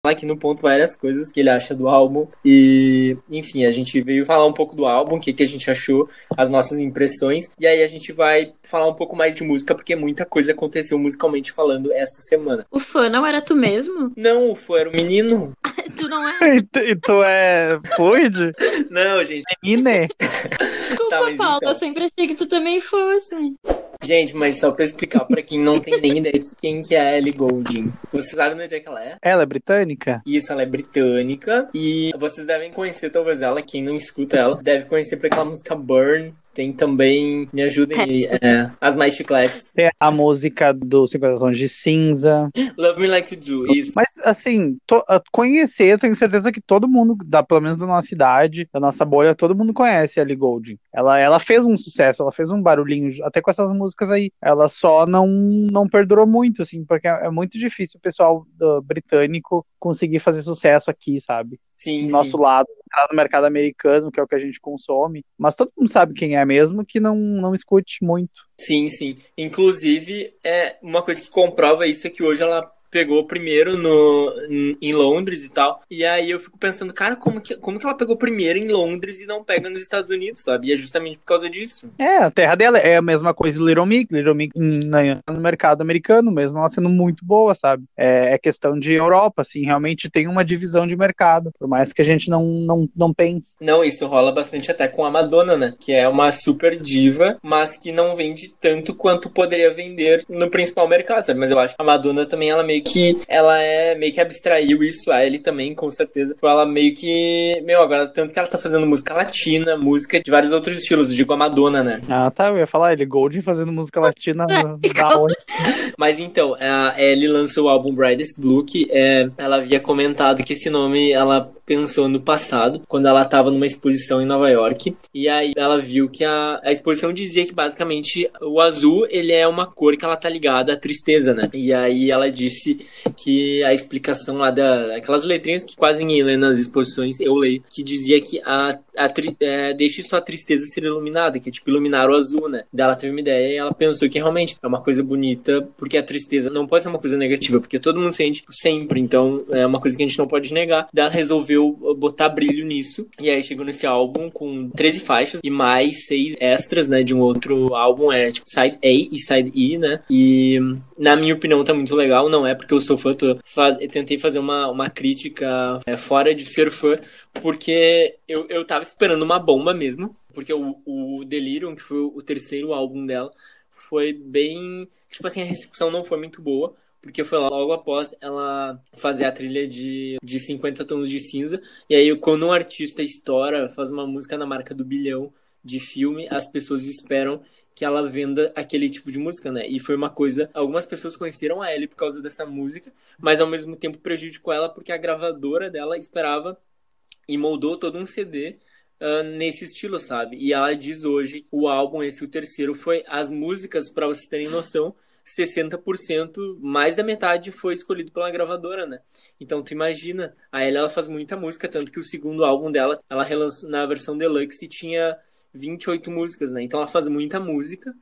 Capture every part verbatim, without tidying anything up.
aqui no ponto várias coisas que ele acha do álbum e, enfim, a gente veio falar um pouco do álbum, o que, que a gente achou, as nossas impressões, e aí a gente vai falar um pouco mais de música, porque muita coisa aconteceu musicalmente falando essa semana. O fã não era tu mesmo? Não, o fã era o menino. Tu não é? E tu, e tu é fluid? Não, gente. Menine? Desculpa, Tá, mas Paulo, então. eu sempre achei que tu também fosse. Gente, mas só pra explicar pra quem não tem nem ideia de quem que é a Ellie Goulding. Você sabe onde é que ela é? Ela é britânica? Isso, ela é britânica. E vocês devem conhecer talvez ela, quem não escuta ela, deve conhecer por aquela música Burn. Tem também, me ajudem aí, é, As Mais Chicletes. Tem a música do cinquenta Tons de Cinza. Love Me Like You Do, isso. Mas, assim, to, conhecer, tenho certeza que todo mundo, da, pelo menos da nossa idade, da nossa bolha, todo mundo conhece a Ellie Goulding. Ela, ela fez um sucesso, ela fez um barulhinho, até com essas músicas aí. Ela só não, não perdurou muito, assim, porque é, é muito difícil o pessoal do, britânico conseguir fazer sucesso aqui, sabe? Sim, Do nosso sim. lado, entrar no mercado americano, que é o que a gente consome. Mas todo mundo sabe quem é mesmo, que não, não escute muito. Sim, sim. Inclusive, é uma coisa que comprova isso é que hoje ela pegou primeiro no, em Londres e tal. E aí eu fico pensando, cara, como que, como que ela pegou primeiro em Londres e não pega nos Estados Unidos, sabe? E é justamente por causa disso. É, a terra dela é a mesma coisa do Little Mix, Little Mix na- no mercado americano, mesmo ela sendo muito boa, sabe? É, é questão de Europa, assim, realmente tem uma divisão de mercado, por mais que a gente não, não, não pense. Não, isso rola bastante até com a Madonna, né? Que é uma super diva, mas que não vende tanto quanto poderia vender no principal mercado, sabe? Mas eu acho que a Madonna também, ela meio que, ela é, meio que abstraiu isso, a ele também, com certeza. Ela meio que, meu, agora, tanto que ela tá fazendo música latina, música de vários outros estilos, digo a Madonna, né? Ah, tá, eu ia falar, ele Golding fazendo música latina da onde? Mas então, a Ellie lançou o álbum Brightest Blue, que é, ela havia comentado que esse nome ela pensou no passado, quando ela estava numa exposição em Nova York, e aí ela viu que a, a exposição dizia que basicamente o azul, ele é uma cor que ela tá ligada à tristeza, né? E aí ela disse que a explicação lá da, aquelas letrinhas que quase ninguém lê nas exposições, eu leio, que dizia que a, a tri, é, deixe sua tristeza ser iluminada, que é tipo iluminar o azul, né? Daí ela teve uma ideia e ela pensou que realmente é uma coisa bonita, porque a tristeza não pode ser uma coisa negativa, porque todo mundo sente sempre, então é uma coisa que a gente não pode negar. Daí ela resolveu botar brilho nisso, e aí chegou nesse álbum com treze faixas e mais seis extras, né, de um outro álbum, é tipo Side A e Side E, né, e na minha opinião tá muito legal, não é porque eu sou fã, tô faz... eu tentei fazer uma, uma crítica é, fora de ser fã, porque eu, eu tava esperando uma bomba mesmo, porque o, o Delirium, que foi o terceiro álbum dela, foi bem, tipo assim, a recepção não foi muito boa, porque foi logo após ela fazer a trilha de, de cinquenta Tons de Cinza. E aí, quando um artista estoura, faz uma música na marca do bilhão de filme, as pessoas esperam que ela venda aquele tipo de música, né? E foi uma coisa... Algumas pessoas conheceram a Ellie por causa dessa música, mas ao mesmo tempo prejudicou ela porque a gravadora dela esperava e moldou todo um C D uh, nesse estilo, sabe? E ela diz hoje, o álbum, esse, o terceiro, foi as músicas, pra vocês terem noção, sessenta por cento, mais da metade foi escolhido pela gravadora, né? Então tu imagina, a Ellie ela faz muita música, tanto que o segundo álbum dela, ela relançou na versão deluxe e tinha vinte e oito músicas, né? Então ela faz muita música,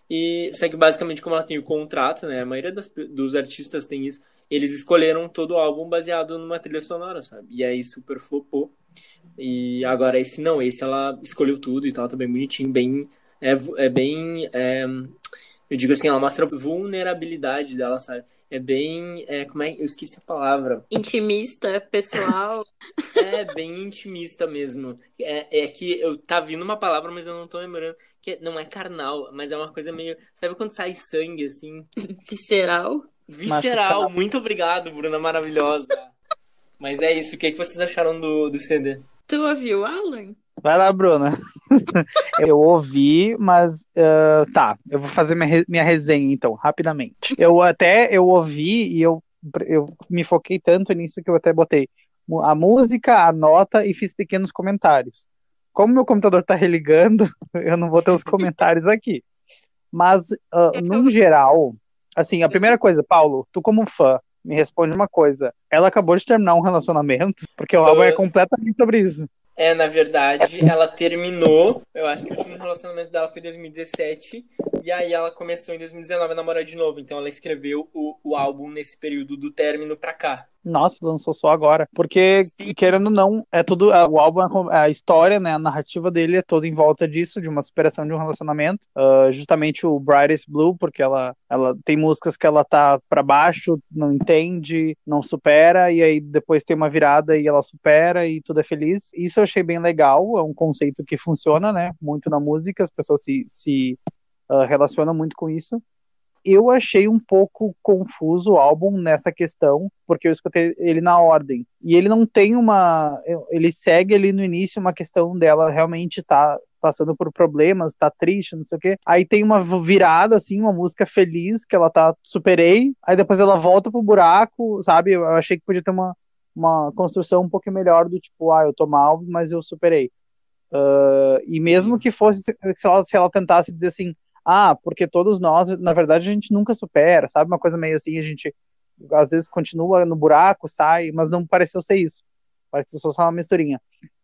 e só que basicamente como ela tem o contrato, né? A maioria das, dos artistas tem isso, eles escolheram todo o álbum baseado numa trilha sonora, sabe? E aí super flopou. E agora esse não, esse ela escolheu tudo e tal, tá bem bonitinho, bem... É, é bem... É, eu digo assim, ela mostra a vulnerabilidade dela, sabe? É bem... É, como é? Eu esqueci a palavra. Intimista, pessoal. É bem intimista mesmo. É, é que eu tá vindo uma palavra, mas eu não tô lembrando. Que não é carnal, mas é uma coisa meio... Sabe quando sai sangue, assim? Visceral. Visceral. Machucado. Muito obrigado, Bruna maravilhosa. Mas é isso. O que, é que vocês acharam do, do C D? Tu ouviu, Alan? Vai lá, Bruna. Eu ouvi, mas uh, tá, eu vou fazer minha, re- minha resenha então, rapidamente. Eu até eu ouvi e eu, eu me foquei tanto nisso que eu até botei mu- a música, a nota e fiz pequenos comentários. Como meu computador tá religando, eu não vou ter os comentários aqui. Mas, uh, É que eu num geral, assim, a primeira coisa, Paulo, tu como fã, me responde uma coisa. Ela acabou de terminar um relacionamento, porque o álbum é Uh, completamente sobre isso. É, na verdade, ela terminou. Eu acho que o último relacionamento dela foi em dois mil e dezessete. E aí ela começou em dois mil e dezenove a namorar de novo. Então ela escreveu o, o álbum nesse período do término pra cá. Nossa, lançou só agora. Porque, querendo ou não, é tudo. O álbum, a história, né? A narrativa dele é toda em volta disso, de uma superação de um relacionamento. Uh, justamente o Brightest Blue, porque ela, ela tem músicas que ela tá pra baixo, não entende, não supera, e aí depois tem uma virada e ela supera e tudo é feliz. Isso eu achei bem legal, é um conceito que funciona, né? Muito na música, as pessoas se, se uh, relacionam muito com isso. Eu achei um pouco confuso o álbum nessa questão, porque eu escutei ele na ordem. E ele não tem uma. Ele segue ali no início uma questão dela realmente tá passando por problemas, tá triste, não sei o quê. Aí tem uma virada, assim, uma música feliz, que ela tá superei. Aí depois ela volta pro buraco, sabe? Eu achei que podia ter uma, uma construção um pouco melhor do tipo, ah, eu tô mal, mas eu superei. Uh, e mesmo que fosse, se ela, se ela tentasse dizer assim, ah, porque todos nós, na verdade, a gente nunca supera, sabe? Uma coisa meio assim, a gente às vezes continua no buraco, sai, mas não pareceu ser isso. Pareceu só uma misturinha.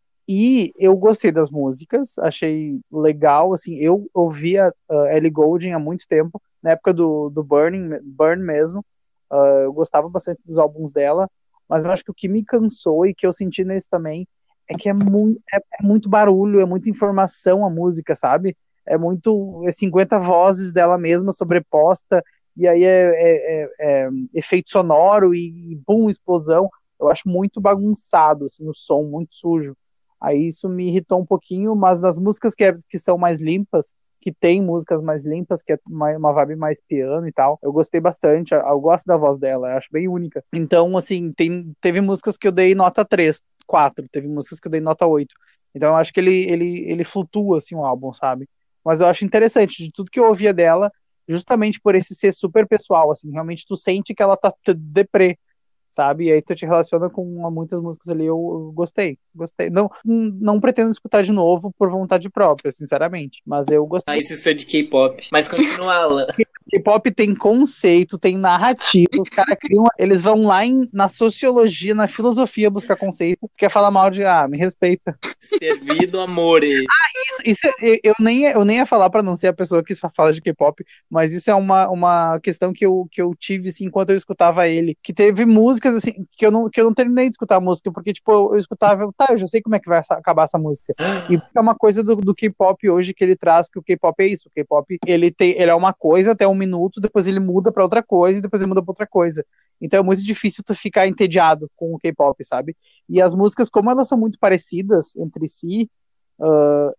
E eu gostei das músicas, achei legal, assim, eu ouvia uh, Ellie Goulding há muito tempo, na época do, do Burning, Burn mesmo, uh, eu gostava bastante dos álbuns dela, mas eu acho que o que me cansou e que eu senti nesse também é que é muito, é, é muito barulho, é muita informação a música, sabe? É muito, é cinquenta vozes dela mesma sobreposta, e aí é, é, é, é efeito sonoro e, e bum, explosão. Eu acho muito bagunçado, assim, o som, muito sujo. Aí isso me irritou um pouquinho, mas nas músicas que, é, que são mais limpas, que tem músicas mais limpas, que é uma, uma vibe mais piano e tal, eu gostei bastante, eu gosto da voz dela, eu acho bem única. Então, assim, tem, teve músicas que eu dei nota três, quatro, teve músicas que eu dei nota oito. Então eu acho que ele, ele, ele flutua, assim, o álbum, sabe? Mas eu acho interessante, de tudo que eu ouvia dela, justamente por esse ser super pessoal, assim, realmente tu sente que ela tá deprê, sabe? E aí tu te relaciona com muitas músicas ali, eu, eu gostei, gostei. Não, não pretendo escutar de novo por vontade própria, sinceramente, mas eu gostei. Ah, isso é de K-pop. Mas continua, Alan. K-pop tem conceito, tem narrativa, os caras criam, eles vão lá em, na sociologia, na filosofia buscar conceito, quer falar mal de, ah, me respeita. Servido amor. E... Ah, isso, isso eu, eu, nem, eu nem ia falar pra não ser a pessoa que só fala de K-pop, mas isso é uma, uma questão que eu, que eu tive, assim, enquanto eu escutava ele, que teve músicas, assim, que eu não, que eu não terminei de escutar a música, porque, tipo, eu, eu escutava, eu, tá, eu já sei como é que vai acabar essa música. E é uma coisa do, do K-pop hoje que ele traz, que o K-pop é isso, o K-pop, ele, tem, ele é uma coisa até um minuto, depois ele muda pra outra coisa, e depois ele muda pra outra coisa. Então é muito difícil tu ficar entediado com o K-pop, sabe? E as músicas, como elas são muito parecidas entre si, uh,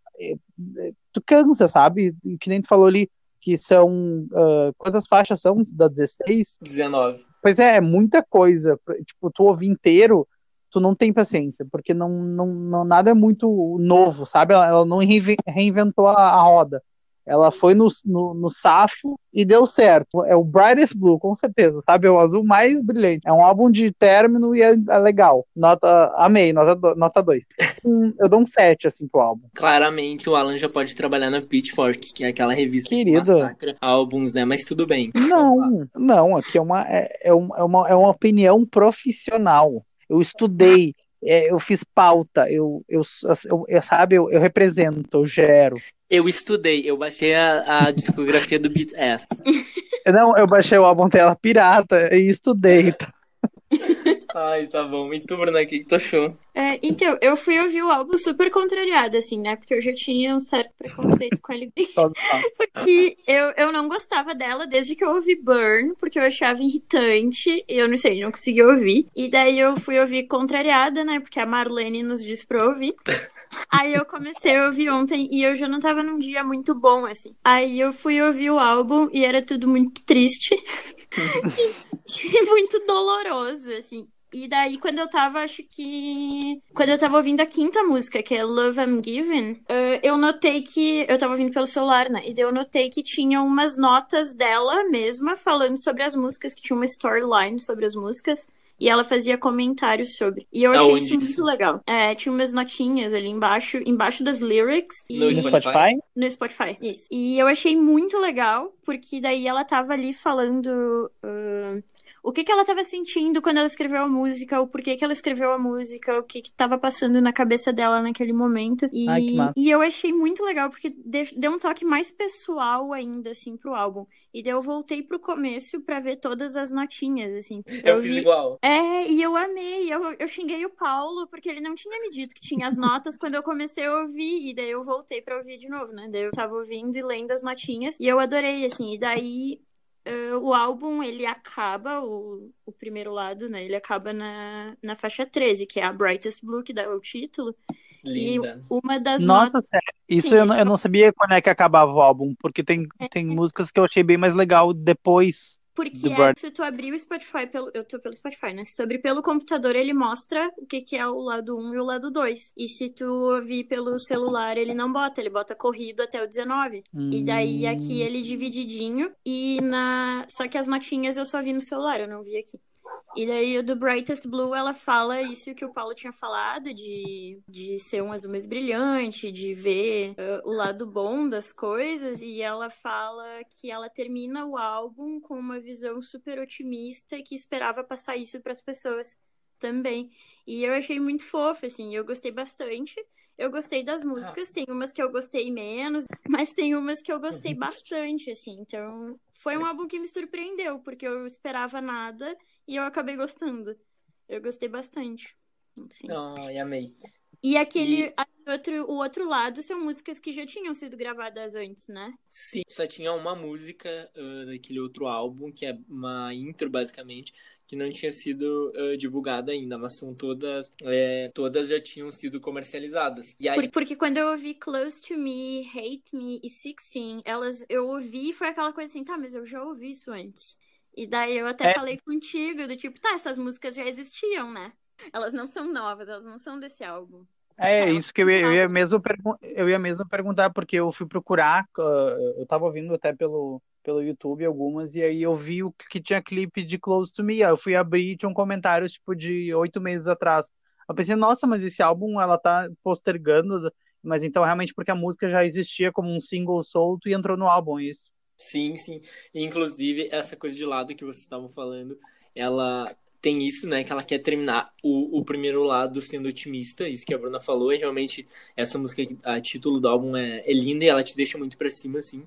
tu cansa, sabe? Que nem tu falou ali, que são, uh, quantas faixas são? Da dezesseis? dezenove. Pois é, é muita coisa. Tipo, tu ouvir inteiro, tu não tem paciência, porque não, não, não, nada é muito novo, sabe? Ela, ela não reinventou a, a roda. Ela foi no, no, no safo e deu certo. É o Brightest Blue, com certeza, sabe? É o azul mais brilhante. É um álbum de término e é, é legal. Nota, amei, nota, nota dois. Um, eu dou um sete, assim, pro álbum. Claramente o Alan já pode trabalhar na Pitchfork, que é aquela revista Querido. que massacra álbuns, né? Mas tudo bem. Não, não, aqui é uma, é, é, uma, é, uma, é uma opinião profissional. Eu estudei, é, eu fiz pauta, eu, eu, eu, eu sabe, eu, eu represento, eu gero. Eu estudei, eu baixei a, a discografia do B T S. Não, eu baixei o álbum dela pirata e estudei. Ai, tá bom. E tu, Bruna, o que, que tu achou? É, então, eu fui ouvir o álbum super contrariada, assim, né? Porque eu já tinha um certo preconceito com a Ellie Goulding. Porque eu, eu não gostava dela desde que eu ouvi Burn, porque eu achava irritante. E eu não sei, não conseguia ouvir. E daí eu fui ouvir contrariada, né? Porque a Marlene nos disse pra ouvir. Aí eu comecei a ouvir ontem e eu já não tava num dia muito bom, assim. Aí eu fui ouvir o álbum e era tudo muito triste. e, e muito doloroso, assim. E daí, quando eu tava, acho que... Quando eu tava ouvindo a quinta música, que é Love I'm Given, uh, eu notei que... Eu tava ouvindo pelo celular, né? E daí eu notei que tinha umas notas dela mesma falando sobre as músicas, que tinha uma storyline sobre as músicas. E ela fazia comentários sobre. E eu achei Aonde isso muito isso? legal. É, tinha umas notinhas ali embaixo, embaixo das lyrics. E... No Spotify? No Spotify, isso. E eu achei muito legal. porque daí ela tava ali falando uh, o que que ela tava sentindo quando ela escreveu a música, o porquê que ela escreveu a música, o que que tava passando na cabeça dela naquele momento. Ai, que E, massa. e eu achei muito legal, porque de- deu um toque mais pessoal ainda, assim, pro álbum. E daí eu voltei pro começo pra ver todas as notinhas, assim. Eu fiz vi... igual. É, e eu amei. Eu, eu xinguei o Paulo, porque ele não tinha me dito que tinha as notas quando eu comecei a ouvir. E daí eu voltei pra ouvir de novo, né? Daí eu tava ouvindo e lendo as notinhas. E eu adorei, assim. E daí uh, o álbum, ele acaba, o, o primeiro lado, né? Ele acaba na, na faixa treze, que é a Brightest Blue, que dá o título. Linda. E uma das Nossa, notas. sério. Isso Sim, eu esse não, eu não sabia quando é que acabava o álbum, porque tem, é tem músicas que eu achei bem mais legal depois porque do é, Burn. se tu abrir o Spotify pelo. Eu tô pelo Spotify, né? Se tu abrir pelo computador, ele mostra o que, que é o lado um e o lado dois. E se tu ouvir pelo celular, ele não bota, ele bota corrido até o dezenove. E daí aqui Hum, ele divididinho. E na. Só que as notinhas eu só vi no celular, eu não vi aqui. E daí o do Brightest Blue, ela fala isso que o Paulo tinha falado, de, de ser um azul mais brilhante, de ver uh, o lado bom das coisas. E ela fala que ela termina o álbum com uma visão super otimista e que esperava passar isso para as pessoas também. E eu achei muito fofo, assim, eu gostei bastante. Eu gostei das Ah, músicas, tem umas que eu gostei menos, mas tem umas que eu gostei bastante, assim. Então, foi um álbum que me surpreendeu, porque eu esperava nada e eu acabei gostando. Eu gostei bastante, assim. ai, amei. E aquele E a- outro, o outro lado são músicas que já tinham sido gravadas antes, né? sim, só tinha uma música ah, daquele outro álbum, que é uma intro, basicamente, que não tinha sido ah, divulgada ainda, mas são todas, é, todas já tinham sido comercializadas. E Por- aí, Porque quando eu ouvi Close to Me, Hate Me e sixteen, elas eu ouvi e foi aquela coisa assim, tá, mas eu já ouvi isso antes. E daí eu até é, falei contigo, do tipo, tá, essas músicas já existiam, né? Elas não são novas, elas não são desse álbum. Tá, é elas isso que eu ia, eu ia mesmo pergun- eu ia mesmo perguntar, porque eu fui procurar, ah, eu tava ouvindo até pelo, pelo YouTube algumas, e aí eu vi o que tinha clipe de Close to Me, aí eu fui abrir e tinha um comentário, tipo, de oito meses atrás. Eu pensei, nossa, mas esse álbum ela tá postergando, mas então realmente porque a música já existia como um single solto e entrou no álbum, é isso. sim, sim. Inclusive, essa coisa de lado que vocês estavam falando, ela tem isso, né? Que ela quer terminar o, o primeiro lado sendo otimista, isso que a Bruna falou, e realmente essa música, a título do álbum é, é linda e ela te deixa muito pra cima, assim.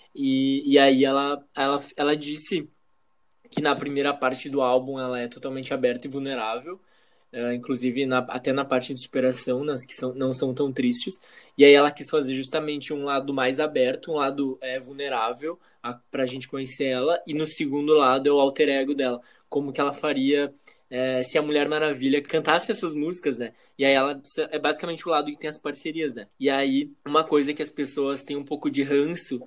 E, e aí ela, ela, ela disse que na primeira parte do álbum ela é totalmente aberta e vulnerável, é, inclusive na, até na parte de superação, nas que são, não são tão tristes. E aí ela quis fazer justamente um lado mais aberto, um lado é, vulnerável, a, pra gente conhecer ela, e no segundo lado é o alter ego dela, como que ela faria é, se a Mulher Maravilha cantasse essas músicas, né? E aí ela é basicamente o lado que tem as parcerias, né? E aí uma coisa que as pessoas têm um pouco de ranço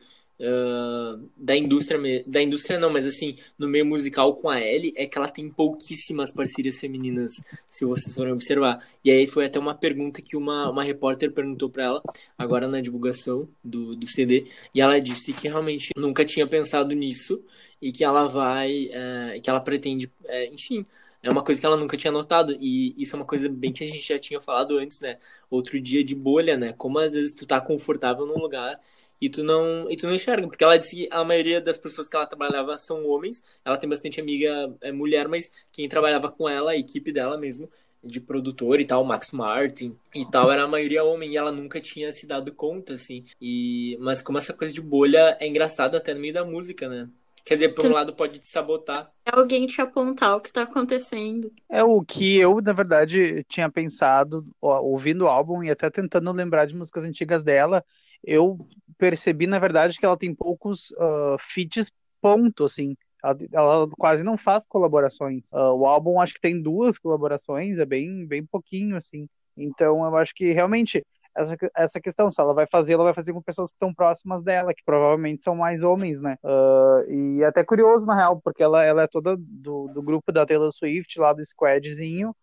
uh, da indústria, da indústria não, mas assim, no meio musical com a Ellie, é que ela tem pouquíssimas parcerias femininas, se vocês forem observar. E aí foi até uma pergunta que uma, uma repórter perguntou pra ela, agora na divulgação do, do C D, e ela disse que realmente nunca tinha pensado nisso, e que ela vai, é, que ela pretende, é, enfim, é uma coisa que ela nunca tinha notado, e isso é uma coisa bem que a gente já tinha falado antes, né? Outro dia de bolha, né? Como às vezes tu tá confortável num lugar e tu não, e tu não enxerga, porque ela disse que a maioria das pessoas que ela trabalhava são homens, ela tem bastante amiga é, mulher, mas quem trabalhava com ela, a equipe dela mesmo, de produtor e tal, Max Martin e tal, era a maioria homem, e ela nunca tinha se dado conta, assim, e, mas como essa coisa de bolha é engraçada até no meio da música, né? Quer dizer, por tu um não lado pode te sabotar. quer alguém te apontar o que tá acontecendo. É o que eu, na verdade, tinha pensado, ó, ouvindo o álbum e até tentando lembrar de músicas antigas dela, eu percebi, na verdade, que ela tem poucos ah, feats, ponto, assim. Ela, ela quase não faz colaborações. Ah, o álbum acho que tem duas colaborações, é bem, bem pouquinho, assim. Então eu acho que realmente essa, essa questão, se ela vai fazer, ela vai fazer com pessoas que estão próximas dela, que provavelmente são mais homens, né? E é até curioso, na real, porque ela, ela é toda do, do grupo da Taylor Swift, lá do Squadzinho,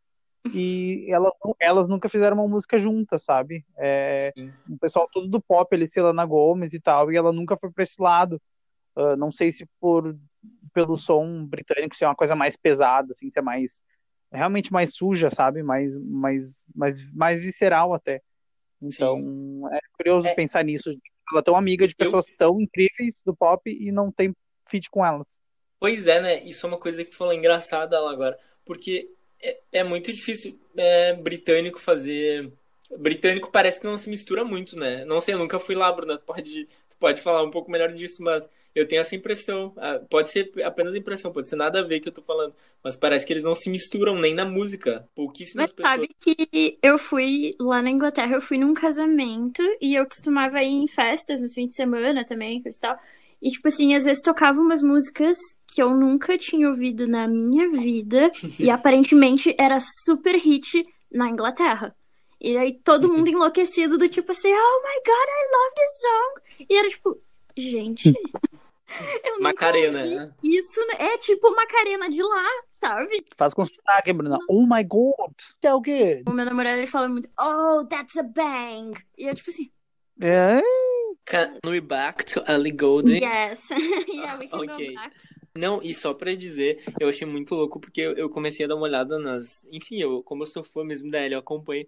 e ela, elas nunca fizeram uma música juntas, sabe? É, Sim. o pessoal todo do pop, ali, Selena Gomez e tal, e ela nunca foi pra esse lado. Uh, não sei se por pelo som britânico ser uma coisa mais pesada, assim, ser mais realmente mais suja, sabe? Mais, mais, mais, mais visceral até. Sim. Então, é curioso É, pensar nisso. ela é tão amiga de Eu, pessoas tão incríveis do pop e não tem feat com elas. Pois é, né? Isso é uma coisa que tu falou engraçada lá agora. Porque é, é muito difícil é, britânico fazer. Britânico parece que não se mistura muito, né? Não sei, eu nunca fui lá, Bruna. Tu pode, tu pode falar um pouco melhor disso, mas eu tenho essa impressão. Ah, pode ser apenas impressão, pode ser nada a ver que eu tô falando. Mas parece que eles não se misturam nem na música. Mas Pouquíssimas pessoas. sabe que eu fui lá na Inglaterra, eu fui num casamento e eu costumava ir em festas no fim de semana também, coisa e tal. E, tipo assim, às vezes tocava umas músicas que eu nunca tinha ouvido na minha vida e aparentemente era super hit na Inglaterra. E aí todo mundo enlouquecido do tipo assim, oh my God, I love this song. E era tipo, gente, eu nunca Macarena, ouvi né? isso, né? É tipo Macarena de lá, sabe? Faz com sotaque, Bruna. Oh my God, so good. O meu namorado, ele fala muito, oh, that's a bang. E eu, tipo assim, É, Can we back to Ellie Goulding? yes. Yeah, we can go Ok. back. Não, e só pra dizer, eu achei muito louco porque eu, eu comecei a dar uma olhada nas. Enfim, eu, como eu sou fã mesmo da Ellie, eu acompanho.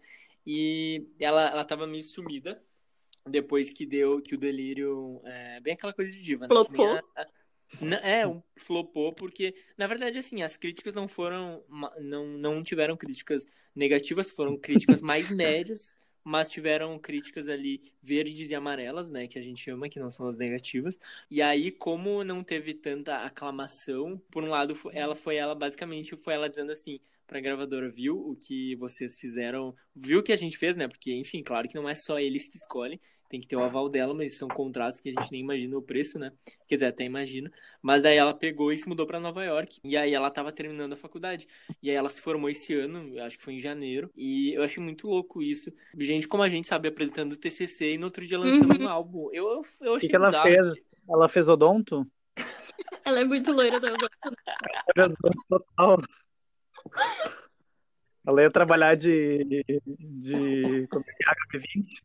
E ela, ela tava meio sumida depois que deu que o delírio. É, bem aquela coisa de diva, né? Que nem Flopou. a, a- N- É, um flopou, porque, na verdade, assim, as críticas não foram. ma- Não, não tiveram críticas negativas, foram críticas mais médias, mas tiveram críticas ali verdes e amarelas, né? Que a gente chama, que não são as negativas. E aí, como não teve tanta aclamação, por um lado, fo- ela foi ela, basicamente, foi ela dizendo assim. Pra gravadora, viu o que vocês fizeram, viu o que a gente fez, né? Porque, enfim, claro que não é só eles que escolhem, tem que ter o aval dela, mas são contratos que a gente nem imagina o preço, né? Quer dizer, até imagina. Mas daí ela pegou e se mudou pra Nova York. E aí ela tava terminando a faculdade. E aí ela se formou esse ano, acho que foi em janeiro. E eu achei muito louco isso. Gente como a gente, sabe, apresentando o T C C e no outro dia lançando um Uhum. álbum. Eu, eu, eu o que achei que ela bizarro. fez? Ela fez odonto? Ela é muito loira da Eudora. Odonto total. Ela ia trabalhar de, de, como é que é, H B vinte.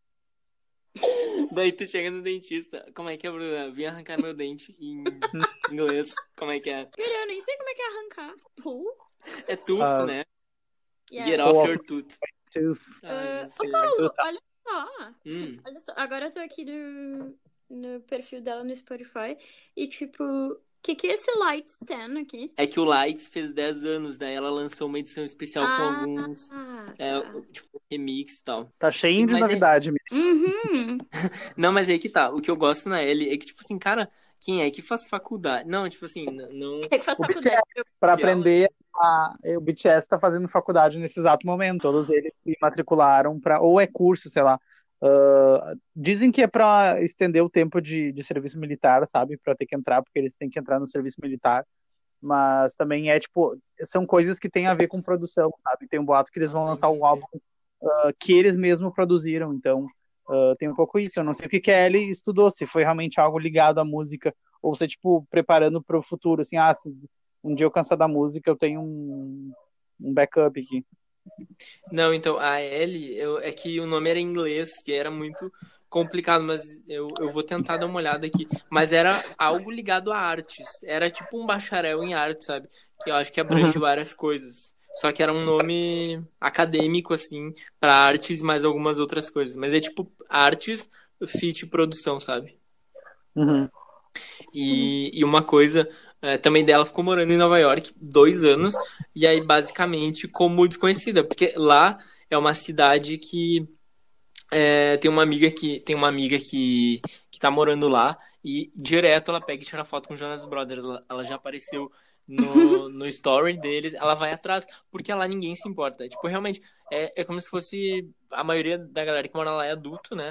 Daí tu chega no dentista. Como é que é, Bruna? Vim arrancar meu dente em inglês. Como é que é? Cara, eu nem sei como é que é arrancar. Pull? É tooth, Ah, né? Yeah. Get Pull off off your tooth. tooth. Ah, Ah, já ô, sei. Paulo, olha só. Hum. Olha só. Agora eu tô aqui no, no perfil dela no Spotify. E tipo, o que, que é esse Light Stan aqui? É que o Lights fez dez anos, daí ela lançou uma edição especial com Ah, alguns, é, tá. tipo, remix e tal. Tá cheio de Mas é, novidade, mesmo. Uhum. não, mas aí que tá. O que eu gosto na Ellie é que, tipo assim, cara, quem é que faz faculdade? Não, tipo assim, n- não. Quem é que faz O faculdade? B T S, para Que ela. aprender, a, o B T S tá fazendo faculdade nesse exato momento. Todos eles se matricularam para, ou é curso, sei lá. Ah, dizem que é para estender o tempo de, de serviço militar, sabe? Para ter que entrar, porque eles têm que entrar no serviço militar. Mas também é tipo, são coisas que têm a ver com produção, sabe? Tem um boato que eles vão Ah, lançar um entendi. álbum ah, que eles mesmos produziram, então ah, tem um pouco isso. Eu não sei o que que a Ellie estudou, se foi realmente algo ligado à música, ou se é tipo preparando para o futuro, assim, ah, se um dia eu cansar da música, eu tenho um, um backup aqui. Não, então, a Ellie, eu, é que o nome era em inglês, que era muito complicado, mas eu, eu vou tentar dar uma olhada aqui. Mas era algo ligado a artes. Era tipo um bacharel em arte, sabe? Que eu acho que abrange Uhum, várias coisas. Só que era um nome acadêmico, assim, para artes e mais algumas outras coisas. Mas é tipo artes, fit produção, sabe? uhum, E, e uma coisa é, também dela ficou morando em Nova York dois anos, e aí basicamente como desconhecida, porque lá é uma cidade que é, tem uma amiga que tem uma amiga que, que tá morando lá, e direto ela pega e tira foto com o Jonas Brothers. Ela, ela já apareceu no, no story deles, ela vai atrás, porque lá ninguém se importa. Tipo, realmente, é, é como se fosse a maioria da galera que mora lá é adulto, né?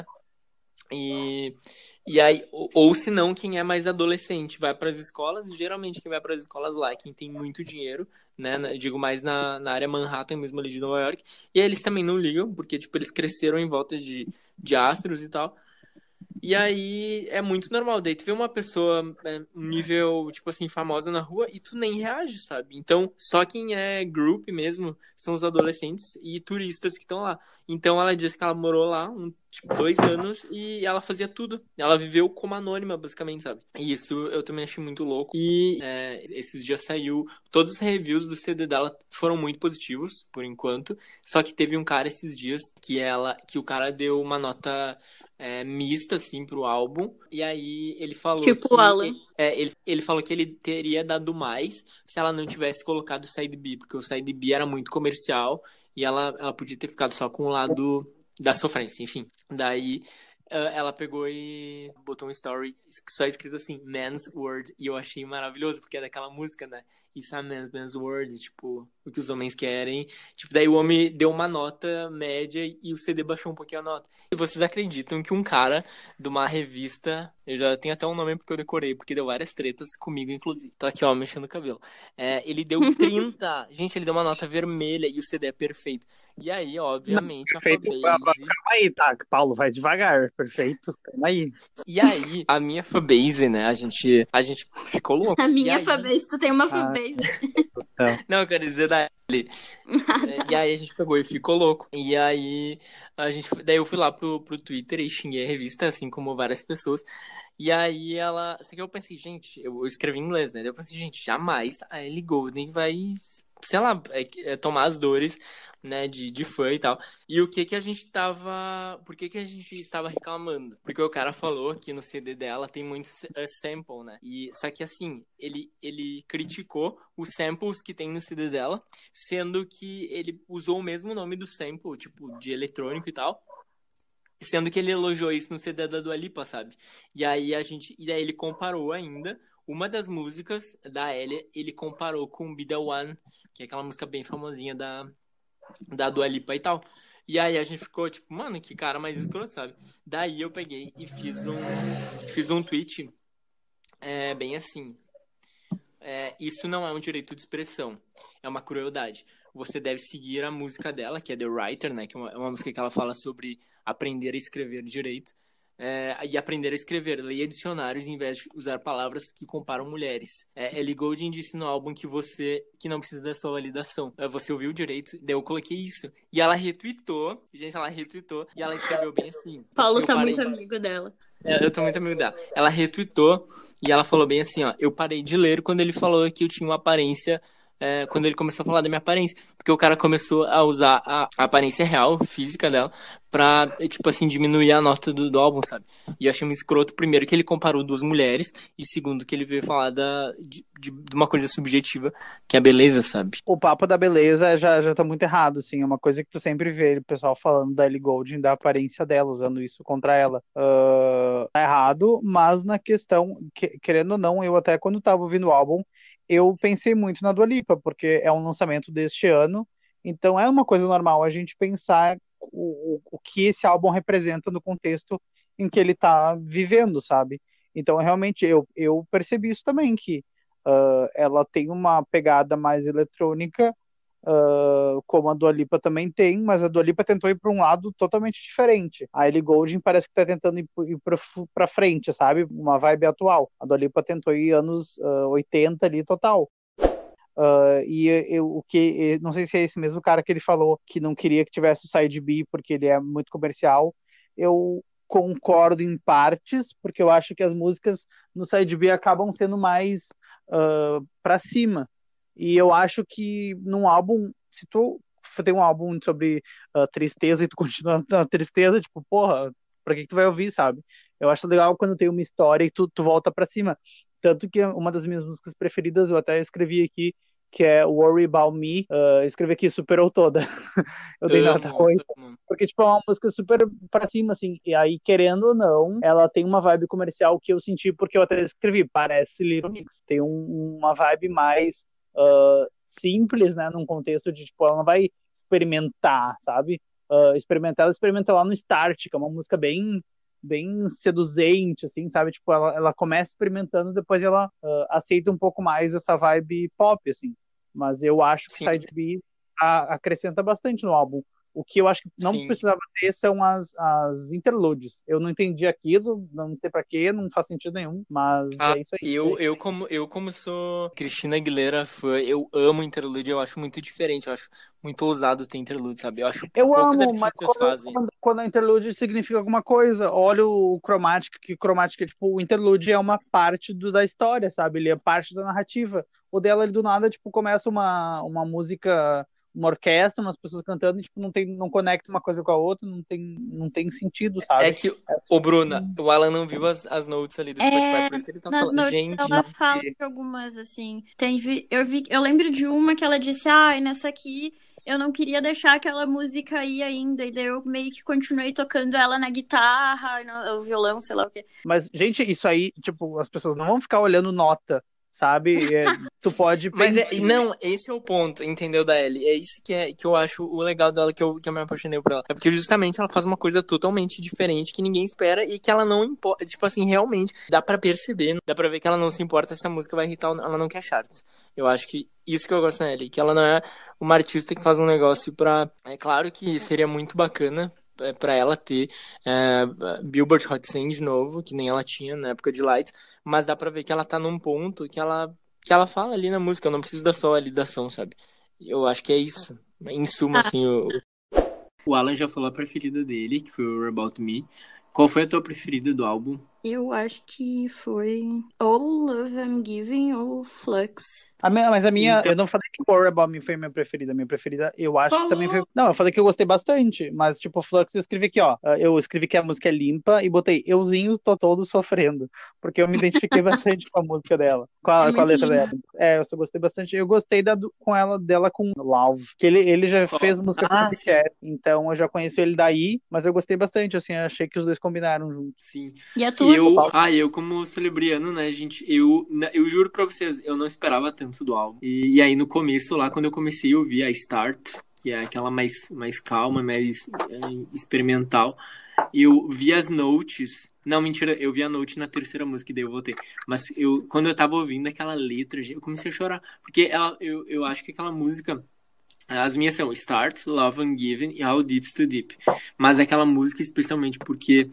E, e aí, ou, ou se não, quem é mais adolescente vai para as escolas, geralmente quem vai para as escolas lá é quem tem muito dinheiro, né? na- Eu digo mais na, na área Manhattan mesmo ali de Nova York. E aí eles também não ligam, porque tipo, eles cresceram em volta de, de astros e tal. E aí é muito normal. Daí tu vê uma pessoa é, um nível, tipo assim, famosa na rua e tu nem reage, sabe? Então, só quem é group mesmo são os adolescentes e turistas que estão lá. Então ela disse que ela morou lá um tipo, dois anos e ela fazia tudo. Ela viveu como anônima, basicamente, sabe? E isso eu também achei muito louco. E é, esses dias saiu... Todos os reviews do C D dela foram muito positivos, por enquanto. Só que teve um cara esses dias que ela... Que o cara deu uma nota é, mista, assim, pro álbum. E aí ele falou Tipo que... o Alan. É, ele, ele falou que ele teria dado mais se ela não tivesse colocado o Side B. Porque o Side B era muito comercial. E ela, ela podia ter ficado só com o lado... da sofrência, enfim. Daí uh, ela pegou e botou um story só escrito assim, Man's Word, e eu achei maravilhoso, porque é daquela música, né? Isso é man's, man's word, tipo, o que os homens querem. Tipo, daí o homem deu uma nota média e o C D baixou um pouquinho a nota. E vocês acreditam que um cara de uma revista, eu já tenho até um nome porque eu decorei, porque deu várias tretas comigo, inclusive. Tô aqui, ó, mexendo o cabelo. É, ele deu trinta. Gente, ele deu uma nota vermelha e o C D é perfeito. E aí, obviamente, Não, perfeito. a fanbase... Calma aí, tá? Paulo, vai devagar. Perfeito. Calma aí. E aí, a minha fanbase, né? A gente, a gente ficou louco. A minha aí... fanbase, tu tem uma Ah, fanbase. Não, eu quero dizer da Ellie. E aí a gente pegou e ficou louco. E aí, a gente, daí eu fui lá pro, pro Twitter e xinguei a revista, assim como várias pessoas. E aí ela... Só que eu pensei, gente, eu escrevi em inglês, né? Daí eu pensei, gente, jamais a Ellie Goulding vai... sei lá, é, é tomar as dores, né, de, de fã e tal. E o que que a gente tava... Por que que a gente estava reclamando? Porque o cara falou que no C D dela tem muito uh, sample, né? E, só que assim, ele, ele criticou os samples que tem no C D dela, sendo que ele usou o mesmo nome do sample, tipo, de eletrônico e tal. Sendo que ele elogiou isso no C D da Dua Lipa, sabe? E aí a gente... E daí ele comparou ainda... Uma das músicas da Ellie, ele comparou com Be The One, que é aquela música bem famosinha da, da Dua Lipa e tal. E aí a gente ficou tipo, mano, que cara mais escroto, sabe? Daí eu peguei e fiz um, fiz um tweet é, bem assim. É, isso não é um direito de expressão, é uma crueldade. Você deve seguir a música dela, que é The Writer, né? Que é uma, é uma música que ela fala sobre aprender a escrever direito. É, e aprender a escrever, leia dicionários em vez de usar palavras que comparam mulheres. É, Ellie Goulding disse no álbum que você que não precisa da sua validação. É, você ouviu direito, daí eu coloquei isso. E ela retweetou, gente, ela retweetou, e ela escreveu bem assim. Paulo eu tá parei... muito amigo dela. É, eu tô muito amigo dela. Ela retweetou e ela falou bem assim, ó, eu parei de ler quando ele falou que eu tinha uma aparência... É, quando ele começou a falar da minha aparência. Porque o cara começou a usar a aparência real, física dela, pra, tipo assim, diminuir a nota do, do álbum, sabe? E eu achei um escroto, primeiro, que ele comparou duas mulheres, e segundo, que ele veio falar da, de, de uma coisa subjetiva, que é a beleza, sabe? O papo da beleza já, já tá muito errado, assim. É uma coisa que tu sempre vê o pessoal falando da Ellie Goulding, da aparência dela, usando isso contra ela. Uh, tá errado, mas na questão, que, querendo ou não, eu até quando tava ouvindo o álbum, eu pensei muito na Dua Lipa, porque é um lançamento deste ano, então é uma coisa normal a gente pensar o, o, o que esse álbum representa no contexto em que ele tá vivendo, sabe? Então, realmente, eu, eu percebi isso também, que uh, ela tem uma pegada mais eletrônica, uh, como a Dua Lipa também tem, mas a Dua Lipa tentou ir para um lado totalmente diferente. A Ellie Goulding parece que está tentando ir, ir para frente, sabe? Uma vibe atual. A Dua Lipa tentou ir anos uh, oitenta ali total. Uh, e eu, o que, não sei se é esse mesmo cara que ele falou que não queria que tivesse o Side B porque ele é muito comercial. Eu concordo em partes, porque eu acho que as músicas no Side B acabam sendo mais uh, para cima. E eu acho que num álbum, se tu tem um álbum sobre uh, tristeza e tu continua na tristeza, tipo, porra, pra que, que tu vai ouvir, sabe? Eu acho legal quando tem uma história e tu, tu volta pra cima. Tanto que uma das minhas músicas preferidas, eu até escrevi aqui, que é Worry About Me, uh, escrevi aqui, superou toda. Eu dei nota oito. Porque, tipo, é uma música super pra cima, assim. E aí, querendo ou não, ela tem uma vibe comercial que eu senti, porque eu até escrevi, parece Little Mix. Tem um, uma vibe mais uh, simples, né? Num contexto de, tipo, ela não vai experimentar, sabe? Uh, experimentar, ela experimenta lá no Start, que é uma música bem bem seduzente, assim, sabe? Tipo, ela, ela começa experimentando, depois ela uh, aceita um pouco mais essa vibe pop, assim. Mas eu acho que Sim. Side B a, acrescenta bastante no álbum. O que eu acho que não Sim. precisava ter são as, as interludes. Eu não entendi aquilo, não sei pra quê, não faz sentido nenhum, mas Ah, é isso aí. eu, eu, como, eu, como sou Cristina Aguilera fã, eu amo interlude, eu acho muito diferente, eu acho muito ousado ter interlude, sabe? Eu acho que Eu poucos amo, mas artistas quando, fazem. quando, quando a interlude significa alguma coisa, olha o Chromatic, que Chromatic, tipo, o interlude é uma parte do, da história, sabe? Ele é parte da narrativa. O dela, ele do nada, tipo, começa uma, uma música, uma orquestra, umas pessoas cantando, e, tipo, não tem, não conecta uma coisa com a outra, não tem, não tem sentido, É sabe? que, É, ô Bruna, o Alan não viu as, as notes ali do Spotify, É, por isso que ele tá nas falando. notes Gente, ela não, fala de algumas, assim. Tem, vi- eu vi, eu lembro de uma que ela disse, ai, nessa aqui eu não queria deixar aquela música aí ainda. E daí eu meio que continuei tocando ela na guitarra, no, o violão, sei lá o quê. mas, gente, isso aí, tipo, as pessoas não vão ficar olhando nota, sabe? É, tu pode mas pensar. é, não, esse é o ponto, entendeu, da Ellie? É isso que, é, que eu acho o legal dela, que eu, que eu me apaixonei por ela. É porque justamente ela faz uma coisa totalmente diferente que ninguém espera e que ela não importa. Tipo assim, realmente, dá pra perceber, dá pra ver que ela não se importa se a música vai irritar ou não, ela não quer charts. Eu acho que isso que eu gosto da Ellie, que ela não é uma artista que faz um negócio pra. É claro que seria muito bacana é, pra ela ter é, Billboard Hot cem de novo, que nem ela tinha na época de Lights, mas dá pra ver que ela tá num ponto que ela que ela fala ali na música, eu não preciso da só validação, sabe? Eu acho que é isso. Em suma, Ah, assim, o, o Alan já falou a preferida dele, que foi o About Me. Qual foi a tua preferida do álbum? eu acho que foi ou Love I'm Giving ou Flux. A minha, mas a minha, Então, eu não falei que Worry About Me foi a minha preferida. A minha preferida, eu acho que também foi. falou! Não, eu falei que eu gostei bastante, mas tipo, Flux eu escrevi aqui, ó. Eu escrevi que a música é limpa e botei euzinho, tô todo sofrendo. Porque eu me identifiquei bastante com a música dela, com É a, com a muito letra linda. dela. É, eu só gostei bastante. Eu gostei da, do- com ela, dela com Love, que ele, ele já Qual? fez música com o Ah, sim, B T S, então eu já conheço ele daí, mas eu gostei bastante, assim, eu achei que os dois combinaram juntos. sim. E a tua? Eu, ah, eu como celebriano, né, gente, eu, na- eu juro pra vocês, eu não esperava tanto do álbum. E, e aí no começo, lá, quando eu comecei a ouvir a Start, que é aquela mais, mais calma, mais é, experimental, eu vi as notes. Não, mentira, eu vi a note na terceira música e daí eu voltei. Mas eu, quando eu tava ouvindo aquela letra, eu comecei a chorar. Porque ela, eu, eu acho que aquela música. As minhas são Start, Love and Given e How Deep's to Deep. Mas aquela música, especialmente porque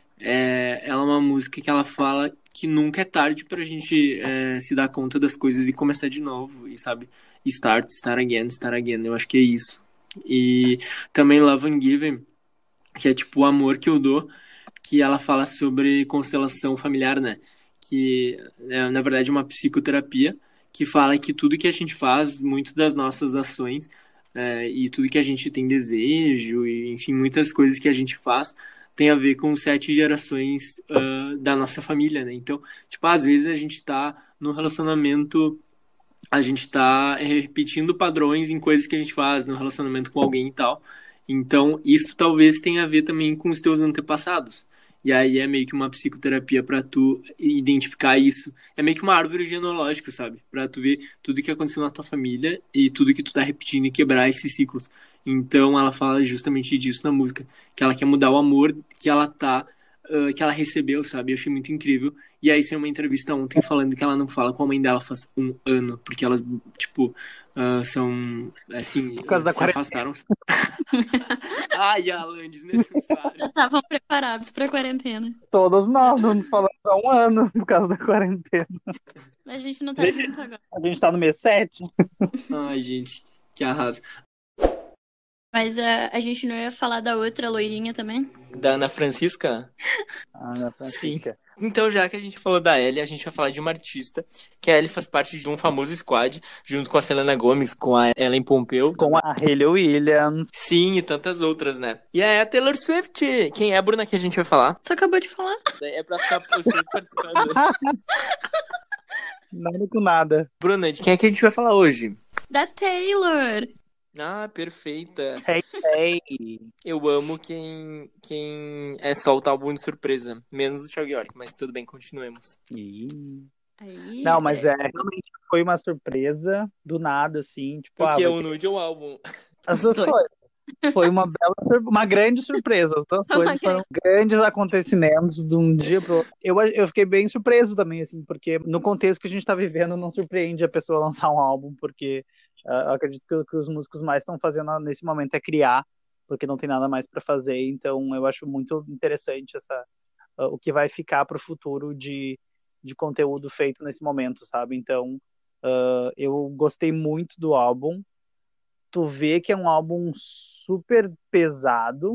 é, ela é uma música que ela fala que nunca é tarde pra gente é, se dar conta das coisas e começar de novo. E sabe? Start, start again, start again. Eu acho que é isso. E também Love and Given, que é tipo o amor que eu dou, que ela fala sobre constelação familiar, né? Que é, na verdade, é uma psicoterapia que fala que tudo que a gente faz, muito das nossas ações, é, e tudo que a gente tem desejo, e enfim, muitas coisas que a gente faz, tem a ver com sete gerações uh, da nossa família, né? Então, tipo, às vezes a gente tá no relacionamento, a gente tá repetindo padrões em coisas que a gente faz no relacionamento com alguém e tal. Então, isso talvez tenha a ver também com os teus antepassados. E aí é meio que uma psicoterapia para tu identificar isso. É meio que uma árvore genealógica, sabe? Para tu ver tudo que aconteceu na tua família e tudo que tu tá repetindo e quebrar esses ciclos. Então, ela fala justamente disso na música, que ela quer mudar o amor que ela tá uh, que ela recebeu, sabe? Eu achei muito incrível. E aí saiu uma entrevista ontem falando que ela não fala com a mãe dela faz um ano, porque elas, tipo, uh, são, assim, Por causa da se quarentena. afastaram. Ai, Alan, desnecessário. Estavam preparados pra quarentena. Todos nós não nos falamos há um ano por causa da quarentena. A gente não tá junto agora. A gente tá no mês sete. Ai, gente, que arraso. Mas a, a gente não ia falar da outra loirinha também? Da Ana Francisca? Ana Sim. Francisca. Então, já que a gente falou da Ellie, a gente vai falar de uma artista, que a Ellie faz parte de um famoso squad, junto com a Selena Gomez, com a Ellen Pompeu. Com a Hayley Williams. Sim, e tantas outras, né? E aí a Taylor Swift. Quem é a Bruna que a gente vai falar? Tu acabou de falar. É pra ficar você participando. Nada com nada. Bruna, de quem é que a gente vai falar hoje? Da Taylor. Ah, perfeita. Hey, hey. Eu amo quem, quem é solta álbum de surpresa. Menos o Thiago York, mas tudo bem, continuemos. Ih. Aí, Não, mas é, realmente foi uma surpresa do nada, assim. Tipo, O ah, que é vai o ter- nude ou o álbum? as duas dois. coisas. Foi uma bela, sur- uma grande surpresa. As duas Uma coisas foram grandes acontecimentos de um dia pro outro. Eu, eu fiquei bem surpreso também, assim, porque no contexto que a gente tá vivendo, não surpreende a pessoa lançar um álbum, porque ah, eu acredito que, o que os músicos mais estão fazendo nesse momento é criar. porque não tem nada mais para fazer. Então eu acho muito interessante essa, uh, o que vai ficar para o futuro de, de conteúdo feito nesse momento, sabe? Então uh, eu gostei muito do álbum. Tu vê que é um álbum super pesado.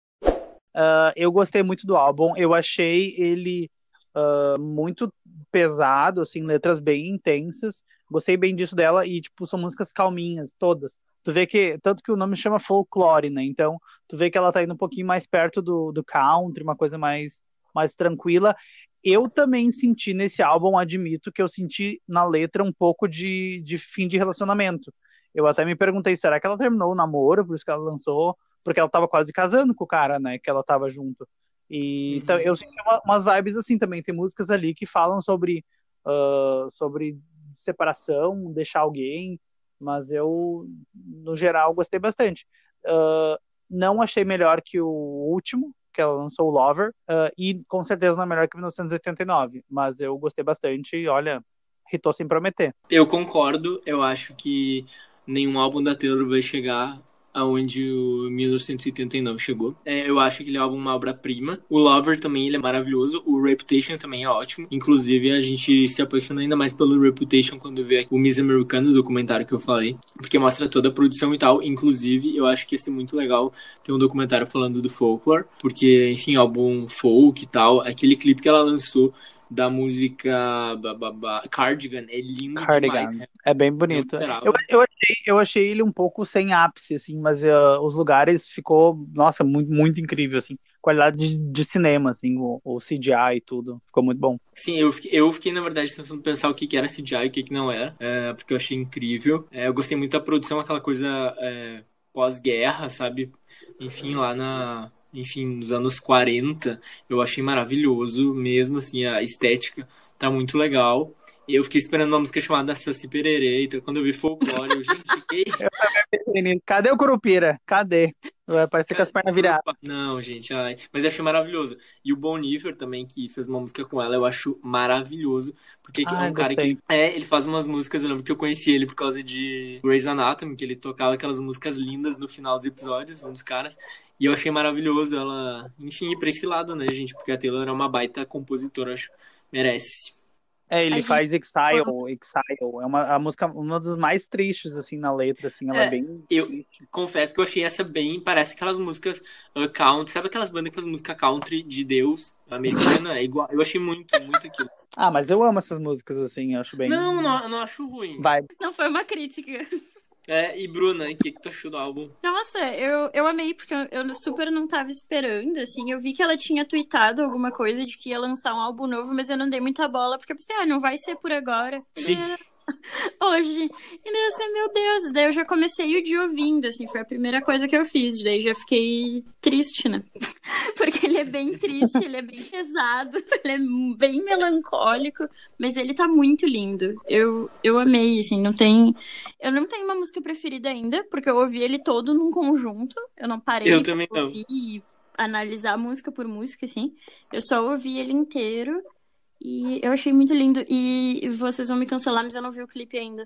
Uh, eu gostei muito do álbum. Eu achei ele uh, muito pesado, assim, letras bem intensas. Gostei bem disso dela e, tipo, são músicas calminhas, todas. Tu vê que, tanto que o nome chama folklore, né? Então, tu vê que ela tá indo um pouquinho mais perto do, do country, uma coisa mais, mais tranquila. Eu também senti nesse álbum, admito que eu senti na letra um pouco de, de fim de relacionamento. Eu até me perguntei, será que ela terminou o namoro, por isso que ela lançou? Porque ela tava quase casando com o cara, né, que ela tava junto. E então, Uhum. eu senti uma, umas vibes assim também. Tem músicas ali que falam sobre, uh, sobre separação, deixar alguém, mas eu, no geral, gostei bastante. Uh, não achei melhor que o último, que ela lançou, o Lover, uh, e com certeza não é melhor que mil novecentos e oitenta e nove, mas eu gostei bastante e, olha, hitou sem prometer. Eu concordo, eu acho que nenhum álbum da Taylor vai chegar aonde o mil novecentos e oitenta e nove chegou. É, eu acho que ele é um álbum uma obra-prima. O Lover também ele é maravilhoso. O Reputation também é ótimo. Inclusive, a gente se apaixona ainda mais pelo Reputation quando vê o Miss Americano, o documentário que eu falei. Porque mostra toda a produção e tal. Inclusive, eu acho que ia ser muito legal ter um documentário falando do folklore. Porque, enfim, álbum folk e tal. Aquele clipe que ela lançou da música ba, ba, ba, Cardigan é lindo Cardigan. demais. É bem Não bonito. esperava. Eu, eu, achei, eu achei ele um pouco sem ápice, assim, mas uh, os lugares ficou, nossa, muito, muito incrível, assim. Qualidade de, de cinema, assim, o, o C G I e tudo. Ficou muito bom. Sim, eu fiquei, eu fiquei, na verdade, tentando pensar o que, que era C G I e o que, que não era, é, porque eu achei incrível. É, eu gostei muito da produção, aquela coisa é, pós-guerra, sabe? Enfim, lá na... Enfim, nos anos quarenta, eu achei maravilhoso, mesmo assim, a estética tá muito legal. E eu fiquei esperando uma música chamada Saci Pererê, então quando eu vi folclore, eu, gente, que Cadê o Curupira? Cadê? Vai parecer com as pernas viradas. não, gente, ai. Mas eu achei maravilhoso. E o Bon Iver também, que fez uma música com ela, eu acho maravilhoso. Porque é Ah, um cara que gostei. ele. É, ele faz umas músicas. Eu lembro que eu conheci ele por causa de Grey's Anatomy, que ele tocava aquelas músicas lindas no final dos episódios, um dos caras. E eu achei maravilhoso ela, enfim, ir pra esse lado, né, gente? Porque a Taylor é uma baita compositora, acho. Merece. É, ele A gente. faz Exile, Exile. É uma a música, uma das mais tristes, assim, na letra, assim, ela é É, bem eu triste. confesso que eu achei essa bem. Parece aquelas músicas uh, country. Sabe aquelas bandas que fazem música country de Deus americana? É igual. Eu achei muito, muito aquilo. Ah, mas eu amo essas músicas, assim, eu acho Não, bem... não, não acho ruim. Vai. Não foi uma crítica. É, e Bruna, o que, que tu achou do álbum? Nossa, eu, eu amei, porque eu, eu super não tava esperando, assim. Eu vi que ela tinha tweetado alguma coisa de que ia lançar um álbum novo, mas eu não dei muita bola, porque eu pensei, ah, não vai ser por agora. Sim. Hoje. E daí eu assim, meu Deus. Daí eu já comecei o dia ouvindo, assim, foi a primeira coisa que eu fiz. Daí já fiquei triste, né? Porque ele é bem triste, ele é bem pesado, ele é bem melancólico, mas ele tá muito lindo. Eu, eu amei, assim, não tem... Eu não tenho uma música preferida ainda, porque eu ouvi ele todo num conjunto. Eu não parei Eu também pra não. ouvir e analisar música por música, assim. Eu só ouvi ele inteiro. E eu achei muito lindo. E vocês vão me cancelar, mas eu não vi o clipe ainda.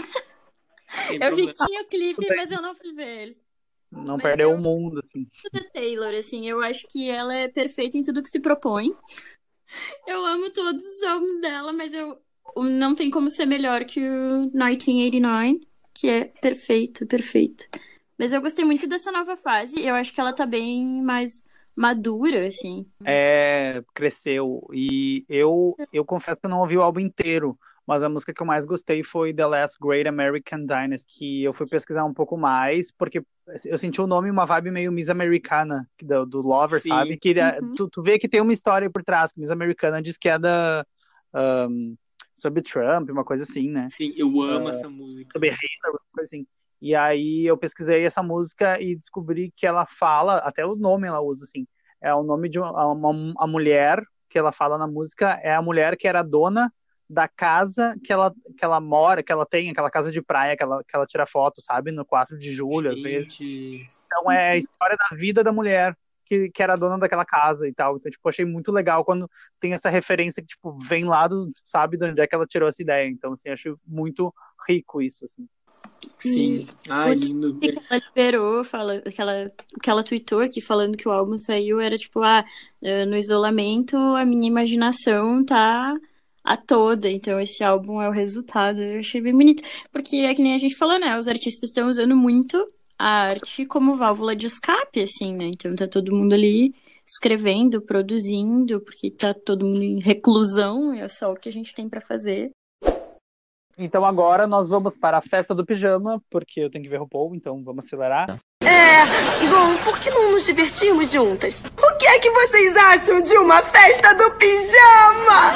Sem Eu vi problema. que tinha o clipe, mas eu não fui ver ele. Não Mas perdeu eu o mundo, assim. gosto da Taylor, assim. Eu acho que ela é perfeita em tudo que se propõe. Eu amo todos os álbuns dela, mas eu não tem como ser melhor que o mil novecentos e oitenta e nove, que é perfeito, perfeito. Mas eu gostei muito dessa nova fase. Eu acho que ela tá bem mais madura, assim. É, cresceu. E eu, eu confesso que eu não ouvi o álbum inteiro, mas a música que eu mais gostei foi The Last Great American Dynasty, que eu fui pesquisar um pouco mais, porque eu senti o nome uma vibe meio Miss Americana, do, do Lover, sabe? Sim. Que Uhum. tu, tu vê que tem uma história por trás, que Miss Americana diz que é da... Um, sobre Trump, uma coisa assim, né? Sim, eu amo essa música. Sobre Hitler, uma coisa assim. E aí eu pesquisei essa música e descobri que ela fala, até o nome ela usa, assim, é o nome de uma, uma a mulher que ela fala na música, é a mulher que era dona da casa que ela, que ela mora, que ela tem, aquela casa de praia que ela, que ela tira foto, sabe? No quatro de julho, às vezes. Gente. Então é a história da vida da mulher que, que era dona daquela casa e tal. Então, tipo, achei muito legal quando tem essa referência que, tipo, vem lá do, sabe, de onde é que ela tirou essa ideia. Então, assim, acho muito rico isso, assim. Sim. Ai, lindo. Que ela liberou, fala, que, ela, que ela tweetou aqui falando que o álbum saiu, era tipo, ah, no isolamento a minha imaginação tá a toda, então esse álbum é o resultado. Eu achei bem bonito, porque é que nem a gente falou, né, os artistas estão usando muito a arte como válvula de escape, assim, né, então tá todo mundo ali escrevendo, produzindo, porque tá todo mundo em reclusão, e é só o que a gente tem pra fazer. Então agora nós vamos para a festa do pijama, porque eu tenho que ver o RuPaul, então vamos acelerar. É, bom, por que não nos divertirmos juntas? O que é que vocês acham de uma festa do pijama?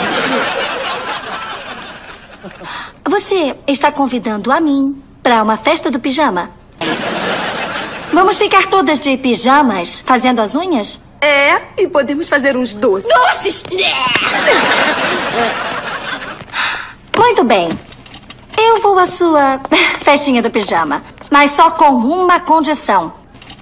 Você está convidando a mim para uma festa do pijama? Vamos ficar todas de pijamas fazendo as unhas? É, e podemos fazer uns doces. Doces! Muito bem. Eu vou à sua festinha do pijama, mas só com uma condição.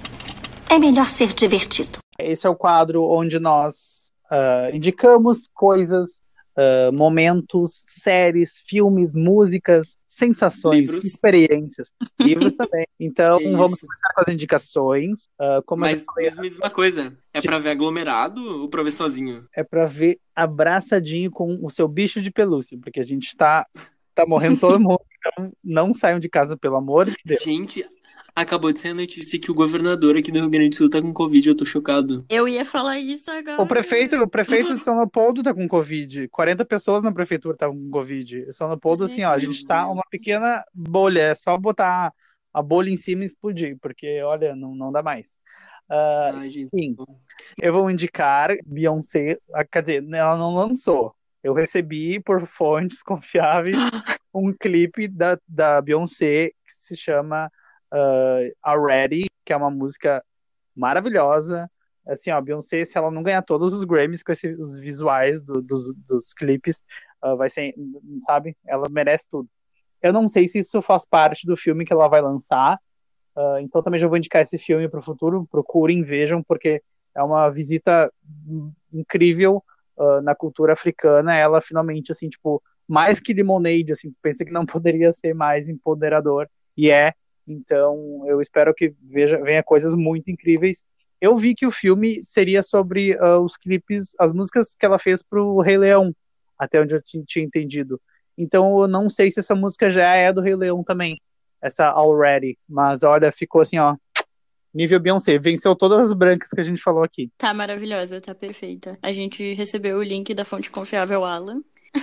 É melhor ser divertido. Esse é o quadro onde nós uh, indicamos coisas, uh, momentos, séries, filmes, músicas, sensações, Livros. experiências. Livros também. Então Isso. vamos começar com as indicações. Uh, como Mas, eu falei, mas me diz uma coisa, é pra ver aglomerado ou pra ver sozinho? é pra ver abraçadinho com o seu bicho de pelúcia, porque a gente tá, tá morrendo todo mundo. Então não saiam de casa, pelo amor de Deus. Gente, acabou de sair a notícia que o governador aqui do Rio Grande do Sul tá com Covid, eu tô chocado. Eu ia falar isso agora. O prefeito, o prefeito de São Leopoldo tá com Covid. quarenta pessoas na prefeitura tá com Covid. São Leopoldo, assim, ó, a gente tá uma pequena bolha. É só botar a bolha em cima e explodir, porque, olha, não, não dá mais. Uh, Ai, gente. Sim, eu vou indicar Beyoncé. Quer dizer, ela não lançou. Eu recebi por fontes confiáveis um clipe da, da Beyoncé que se chama uh, Already, que é uma música maravilhosa. Assim, ó, a Beyoncé, se ela não ganhar todos os Grammys com esse, os visuais do, dos, dos clipes, uh, vai ser, sabe? Ela merece tudo. Eu não sei se isso faz parte do filme que ela vai lançar, uh, então também já vou indicar esse filme para o futuro. Procurem, vejam, porque é uma visita incrível uh, na cultura africana. Ela finalmente, assim, tipo, mais que Lemonade, assim, pensa que não poderia ser mais empoderador, e é. Então, eu espero que veja, venha coisas muito incríveis. Eu vi que o filme seria sobre uh, os clipes, as músicas que ela fez pro Rei Leão, até onde eu t- tinha entendido. Então, eu não sei se essa música já é do Rei Leão também, essa Already. Mas, olha, ficou assim, ó, nível Beyoncé. Venceu todas as brancas que a gente falou aqui. Tá maravilhosa, tá perfeita. A gente recebeu o link da fonte confiável Alan.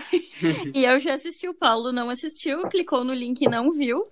E eu já assisti, o Paulo não assistiu, clicou no link e não viu.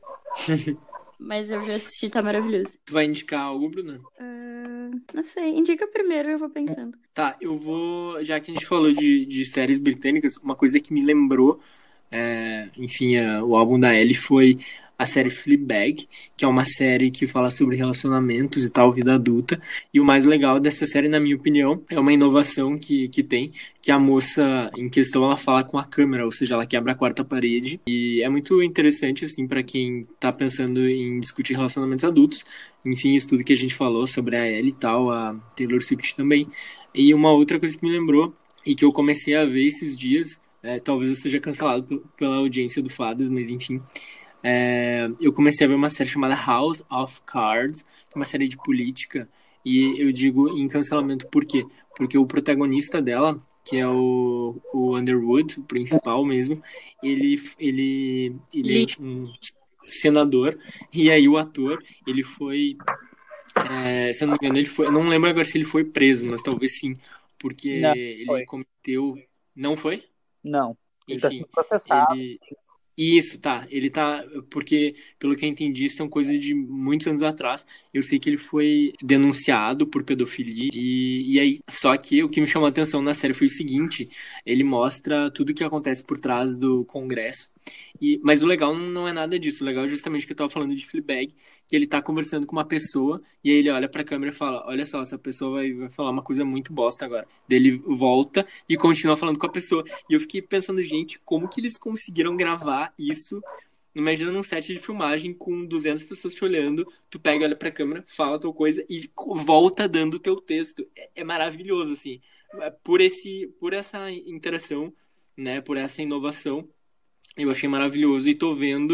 Mas eu já assisti, tá maravilhoso. Tu vai indicar algo, Bruna? Uh, não sei, indica primeiro, eu vou pensando. Tá, eu vou... Já que a gente falou de, de séries britânicas, uma coisa que me lembrou, é, enfim, a, o álbum da Ellie foi a série Fleabag, que é uma série que fala sobre relacionamentos e tal, vida adulta. E o mais legal dessa série, na minha opinião, é uma inovação que, que tem, que a moça em questão, ela fala com a câmera, ou seja, ela quebra a quarta parede. E é muito interessante, assim, para quem tá pensando em discutir relacionamentos adultos. Enfim, isso tudo que a gente falou sobre a Ellie e tal, a Taylor Swift também. E uma outra coisa que me lembrou, e que eu comecei a ver esses dias, é, talvez eu seja cancelado p- pela audiência do Fadas, mas enfim... É, eu comecei a ver uma série chamada House of Cards, que é uma série de política, e eu digo em cancelamento por quê? Porque o protagonista dela, que é o, o Underwood, o principal mesmo, ele, ele, ele é um senador, e aí o ator, ele foi, é, se eu não me engano, ele foi, eu não lembro agora se ele foi preso, mas talvez sim, porque Não, ele foi. cometeu... Não foi? Não, ele tá Enfim, sendo processado. ele... Isso, tá. Ele tá. Porque, pelo que eu entendi, são coisas de muitos anos atrás. Eu sei que ele foi denunciado por pedofilia. E, e aí. Só que o que me chamou a atenção na série foi o seguinte: ele mostra tudo o que acontece por trás do Congresso. E, mas o legal não é nada disso. O legal é justamente que eu tava falando de Fleabag, que ele tá conversando com uma pessoa, e aí ele olha pra câmera e fala: olha só, essa pessoa vai, vai falar uma coisa muito bosta agora. Daí ele volta e continua falando com a pessoa. E eu fiquei pensando, gente, como que eles conseguiram gravar isso? Imagina num set de filmagem com duzentas pessoas te olhando, tu pega, olha pra câmera, fala tua coisa e volta dando o teu texto. É, é maravilhoso, assim. Por, esse, por essa interação, né, por essa inovação, eu achei maravilhoso e tô vendo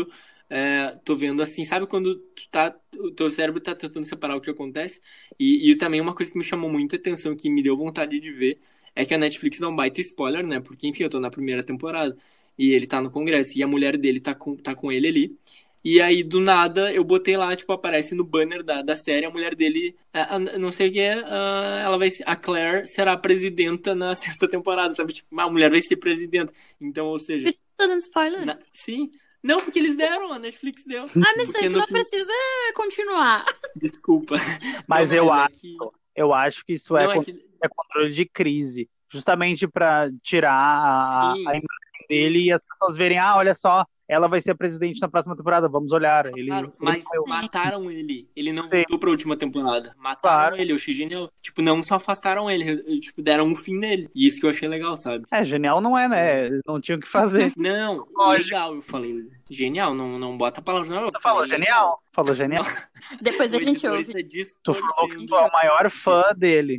é, tô vendo assim, sabe quando tu tá, o teu cérebro tá tentando separar o que acontece? E, e também uma coisa que me chamou muita atenção, que me deu vontade de ver, é que a Netflix dá um baita spoiler, né? Porque, enfim, eu tô na primeira temporada e ele tá no congresso e a mulher dele tá com, tá com ele ali. E aí, do nada, eu botei lá, tipo, aparece no banner da, da série, a mulher dele, a, a, não sei o que é, a, ela vai ser, a Claire será presidenta na sexta temporada, sabe? Tipo, a mulher vai ser presidenta. Então, ou seja... Tá dando spoiler? Na, sim. Não, porque eles deram, a Netflix deu. Ah, mas porque aí tu não fim... precisa continuar. Desculpa. Mas, não, eu, mas acho, é que... eu acho que isso é, não, é, que... é controle de crise. Justamente para tirar a, a imagem dele e as pessoas verem, ah, olha só, ela vai ser a presidente na próxima temporada, vamos olhar. Ele, claro, ele mas morreu. mataram ele. Ele não Sim. voltou pra última temporada. Mataram Claro. ele, eu achei genial. Tipo, não só afastaram ele, tipo, deram um fim nele. E isso que eu achei legal, sabe? É, genial não é, né? Eles não tinham o que fazer. Não, Lógico. legal, eu falei. Genial, não, não bota a palavra não. Tu falou genial? Falou genial. Depois a gente ouve. Tu falou que tu é o maior fã dele.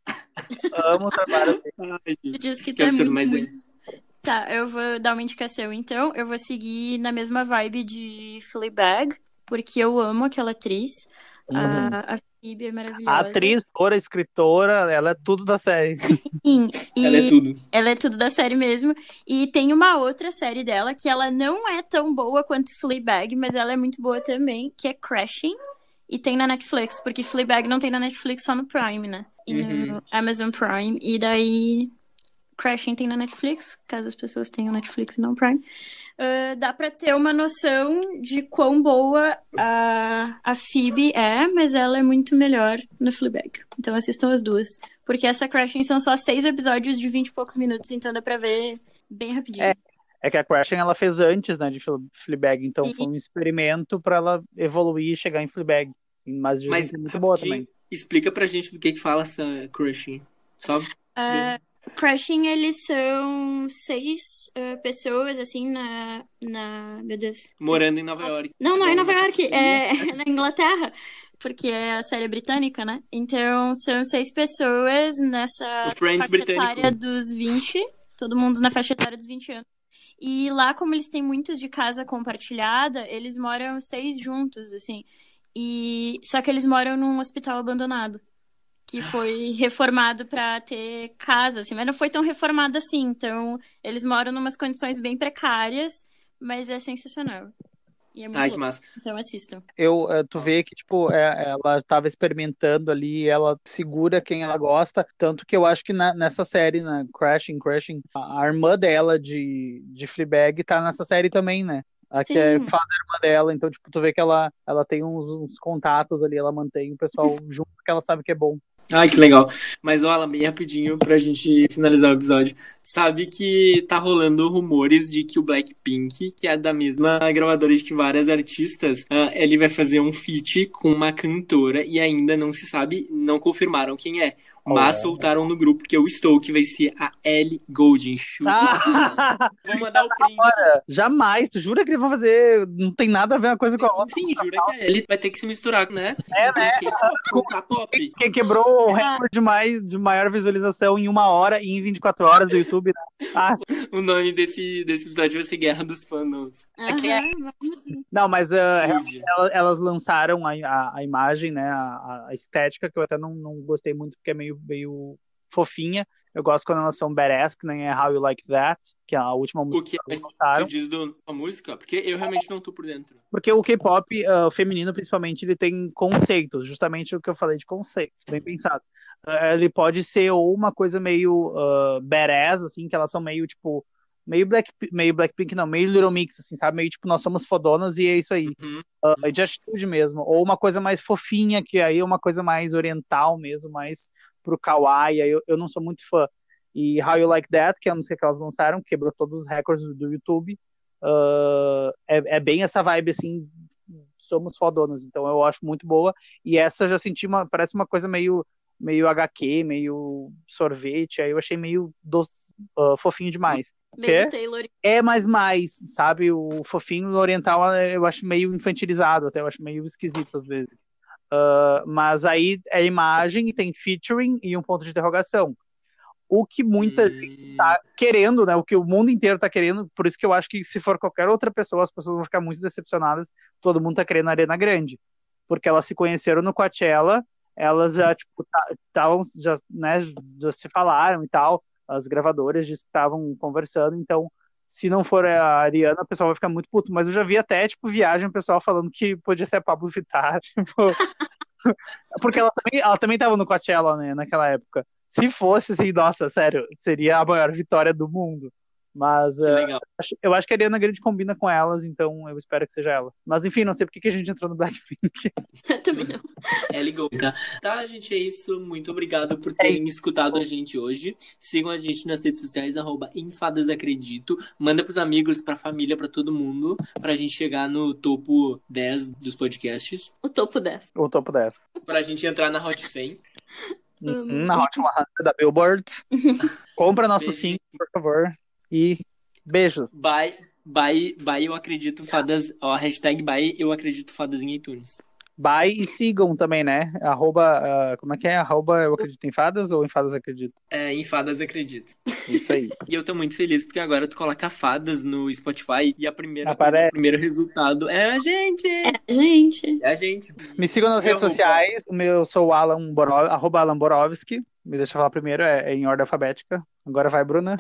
Amo o trabalho dele. Ai, Tu diz que tu quero é ser muito, mais muito... esse. Tá, eu vou dar uma indicação então. Eu vou seguir na mesma vibe de Fleabag, porque eu amo aquela atriz. Uhum. A, a Phoebe é maravilhosa. A atriz, autora, escritora, ela é tudo da série. Sim, e Ela é tudo. ela é tudo da série mesmo. E tem uma outra série dela que ela não é tão boa quanto Fleabag, mas ela é muito boa também, que é Crashing. E tem na Netflix, porque Fleabag não tem na Netflix, só no Prime, né? E Uhum. no Amazon Prime. E daí Crashing tem na Netflix, caso as pessoas tenham Netflix e não Prime. Uh, dá pra ter uma noção de quão boa a, a Phoebe é, mas ela é muito melhor no Fleabag. Então assistam as duas. Porque essa Crashing são só seis episódios de vinte e poucos minutos, então dá pra ver bem rapidinho. É, é que a Crashing ela fez antes, né, de Fleabag, então Sim. foi um experimento pra ela evoluir e chegar em Fleabag. Mas dizem Mas que é muito boa também. explica pra gente do que que fala essa Crushing. Só... Uh, Crashing, eles são seis uh, pessoas, assim, na, na... Meu Deus. Morando em Nova York. Não, não é em Nova York, é na Inglaterra. Porque é a série britânica, né? Então, são seis pessoas nessa O Friends faixa etária britânico. dos vinte. Todo mundo na faixa etária dos vinte anos. E lá, como eles têm muitos de casa compartilhada, eles moram seis juntos, assim. E... Só que eles moram num hospital abandonado. Que foi reformado pra ter casa, assim, mas não foi tão reformado assim. Então, eles moram em umas condições bem precárias, mas é sensacional. E é muito Ai, que louco. massa. Então, assistam. Eu, eh, tu vê que, tipo, é, ela tava experimentando ali, ela segura quem ela gosta, tanto que eu acho que na- nessa série, na Crashing, Crashing, a, a irmã dela de, de Fleabag tá nessa série também, né? A que é, Sim. faz a irmã dela, então, tipo, tu vê que ela, ela tem uns, uns contatos ali, ela mantém o pessoal junto, porque ela sabe que é bom. Ai, que legal. Mas, olha, bem rapidinho pra gente finalizar o episódio. Sabe que tá rolando rumores de que o Blackpink, que é da mesma gravadora de que várias artistas, ah, ele vai fazer um feat com uma cantora e ainda não se sabe, não confirmaram quem é. Mas Oh. soltaram no grupo que eu estou, que vai ser a Ellie Goulding. Chupa. Ah, Vou mandar o print. jamais, tu jura que eles vão fazer, não tem nada a ver uma coisa com a outra. Enfim, jura que a Ellie vai ter que se misturar, né? É, né? Com o K-pop. Quem quebrou o recorde de, mais, de maior visualização em uma hora e em vinte e quatro horas do YouTube, né? Ah, O nome desse, desse episódio vai ser Guerra dos Fandoms. quem é? Aham. não, mas uh, Fude. elas, elas lançaram a, a, a imagem, né? A, a estética, que eu até não, não gostei muito, porque é meio, meio fofinha. Eu gosto quando elas são badass, que nem é How You Like That, que é a última O música que que elas tu lançaram. diz do, da música? Porque eu realmente não tô por dentro. Porque o K-pop uh, feminino, principalmente, ele tem conceitos, justamente o que eu falei de conceitos, bem pensados. Uh, ele pode ser ou uma coisa meio uh, badass, assim, que elas são meio, tipo, meio, Black, meio Blackpink, não, meio Little Mix, assim, sabe? Meio, tipo, nós somos fodonas e é isso aí. Uhum. Uh, de atitude mesmo. Ou uma coisa mais fofinha, que aí é uma coisa mais oriental mesmo, mais pro kawaii, aí eu, eu não sou muito fã. E How You Like That, que é a música que elas lançaram, quebrou todos os recordes do YouTube, uh, é, é bem essa vibe, assim, somos fodonas, então eu acho muito boa. E essa eu já senti, uma, parece uma coisa meio, meio H Q, meio sorvete, aí eu achei meio doce, uh, fofinho demais. Meio Taylor. É, mas mais, sabe? O fofinho oriental eu acho meio infantilizado, até eu acho meio esquisito às vezes. Uh, mas aí é imagem e tem featuring e um ponto de interrogação. o que muita gente tá querendo, né? O que o mundo inteiro tá querendo. Por isso que eu acho que se for qualquer outra pessoa, as pessoas vão ficar muito decepcionadas. Todo mundo tá querendo a Arena Grande. Porque elas se conheceram no Coachella, elas já, tipo, estavam, já, né, já se falaram e tal. As gravadoras já estavam conversando, então se não for a Ariana, o pessoal vai ficar muito puto. Mas eu já vi até, tipo, viagem, o pessoal falando que podia ser a Pablo Vittar, tipo... Porque ela também, ela também tava no Coachella, né, naquela época. Se fosse, assim, nossa, sério, seria a maior vitória do mundo. Mas uh, eu acho que a Ariana Grande combina com elas, então eu espero que seja ela. Mas enfim, não sei por que a gente entrou no Blackpink. Também não. É, ligou, tá? Tá, gente, é isso. Muito obrigado por terem é escutado a gente hoje. Sigam a gente nas redes sociais, arroba enfadasacredito. Manda pros amigos, pra família, pra todo mundo, pra gente chegar no topo dez dos podcasts. O topo dez. O topo dez. Pra gente entrar na Hot cem. Uhum, na Hot cem da Billboard. Compra nosso sim, por favor. E beijos. Bye, bye, bye, eu acredito fadas. Ó, hashtag bye, eu acredito fadas em iTunes. Bye e sigam também, né? Arroba, uh, como é que é? Arroba eu acredito em fadas ou em fadas acredito? É, em fadas acredito. Isso aí. E eu tô muito feliz porque agora tu coloca fadas no Spotify e a primeira, Aparece. O primeiro resultado é a gente. É a gente. É a gente. Me sigam nas eu redes sociais. O meu, eu sou o Alan Borov, arroba Alan Borovski. Me deixa eu falar primeiro, é, é em ordem alfabética. Agora vai, Bruna.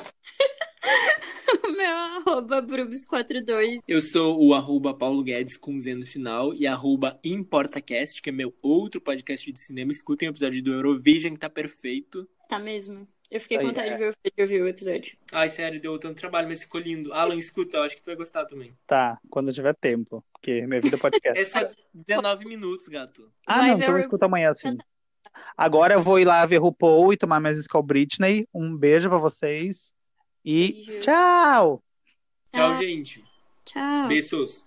Meu arroba Brubis quarenta e dois. Eu sou o arroba Paulo Guedes com Z no final e arroba ImportaCast, que é meu outro podcast de cinema. Escutem o episódio do Eurovision, que tá perfeito. Tá mesmo. Eu fiquei com Aí, vontade é. de, ver, de ouvir o episódio. Ai, sério, deu tanto trabalho, mas ficou lindo. Alan, escuta, eu acho que tu vai gostar também. Tá, quando eu tiver tempo, porque minha vida é podcast. É só dezenove minutos, gato. Ah, Vai não, ver então eu o- escuto amanhã, sim. Agora eu vou ir lá ver RuPaul e tomar minhas Skol Britney. Um beijo pra vocês. E Beijo. tchau! Tchau, Ah. gente. Tchau. Beijos.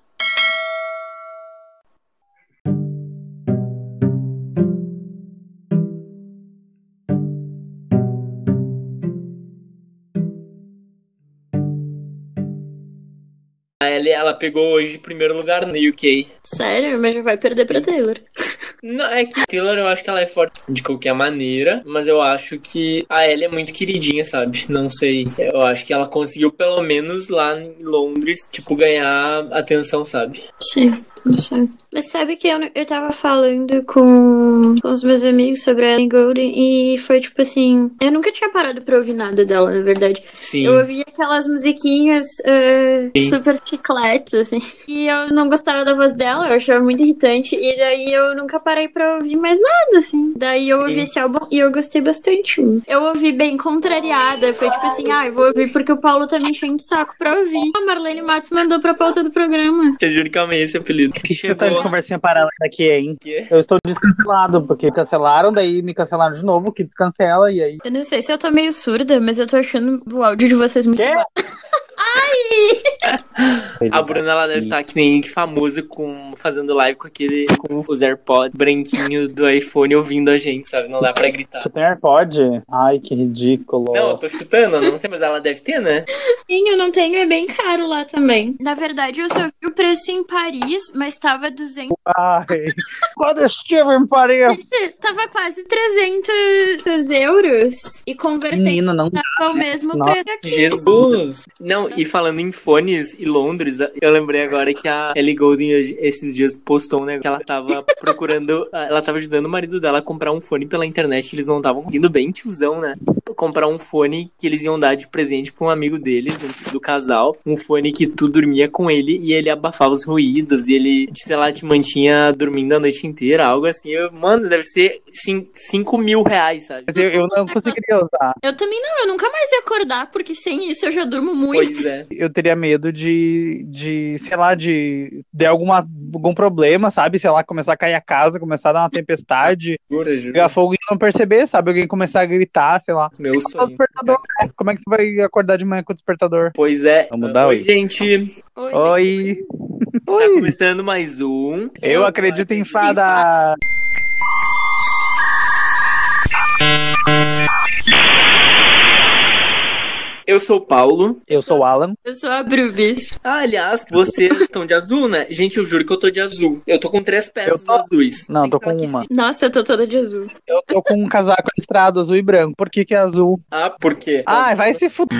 A Ellie, ela pegou hoje primeiro lugar no U K. Sério? Mas já vai perder pra Taylor. Não, é que a Taylor eu acho que ela é forte de qualquer maneira, mas eu acho que a Ellie é muito queridinha, sabe? Não sei. Eu acho que ela conseguiu pelo menos lá em Londres, tipo, ganhar atenção, sabe? Sim, não sei. Mas sabe que eu, eu tava falando com, com os meus amigos sobre a Ellie Goulding e foi tipo assim... Eu nunca tinha parado pra ouvir nada dela, na verdade. Sim. Eu ouvia aquelas musiquinhas uh, Sim. super chicletes, assim. E eu não gostava da voz dela, eu achava muito irritante. E daí eu nunca parei pra ouvir mais nada, assim. Daí eu Sim. ouvi esse álbum e eu gostei bastante. Eu ouvi bem contrariada. Foi tipo assim, ah, eu vou ouvir porque o Paulo tá me enchendo de saco pra ouvir. A Marlene Matos mandou pra pauta do programa. Eu juro que eu amei esse apelido. O que você tá de Chegou. conversinha paralela aqui, hein? Quê? Eu estou descancelado, porque cancelaram, daí me cancelaram de novo, que descancela, e aí... Eu não sei se eu tô meio surda, mas eu tô achando o áudio de vocês muito Quê? bom. A Bruna, ela deve estar que nem famosa com, fazendo live com aquele, com os AirPods branquinho do iPhone ouvindo a gente, sabe? Não dá pra gritar. Você tem AirPod? Ai, que ridículo. Não, eu tô chutando, eu não sei, mas ela deve ter, né? Sim, eu não tenho, é bem caro lá também. Na verdade, eu só vi o preço em Paris, mas tava duzentos... Ai, quando eu estive em Paris... Tava quase trezentos euros. E convertendo Menino, não dá. tava o mesmo Nossa. preço aqui. Jesus! Não, e falando em fones e Londres, eu lembrei agora que a Ellie Goulding esses dias postou, né, que ela tava procurando, ela tava ajudando o marido dela a comprar um fone pela internet, que eles não estavam indo bem tiozão, né? Comprar um fone que eles iam dar de presente pra um amigo deles, do, do casal, um fone que tu dormia com ele e ele abafava os ruídos e ele, sei lá, te mantinha dormindo a noite inteira, algo assim. Eu, mano, deve ser cinco mil reais, sabe? Mas eu, eu não conseguiria usar. Eu também não, eu nunca mais ia acordar, porque sem isso eu já durmo muito. Pois é. Eu teria medo de, de sei lá, de de alguma, algum problema, sabe? Sei lá, começar a cair a casa, começar a dar uma tempestade, Jura, jura. pegar fogo e não perceber, sabe? Alguém começar a gritar, sei lá. Meu O sonho. despertador, né? Como é que tu vai acordar de manhã com o despertador? Pois é. Vamos dar Oi, oi. gente. Oi. Oi! Está começando mais um. Eu acredito em fada! Eu Eu sou o Paulo. Eu sou o Alan. Eu sou a Brubis. Ah, aliás, vocês estão de azul, né? Gente, eu juro que eu tô de azul. Eu tô com três peças tô... azuis. Não, Tem tô que com falar que uma. sim. Nossa, eu tô toda de azul. Eu tô com um casaco listrado, azul e branco. Por que que é azul? Ah, por quê? Ah, vai se fuder.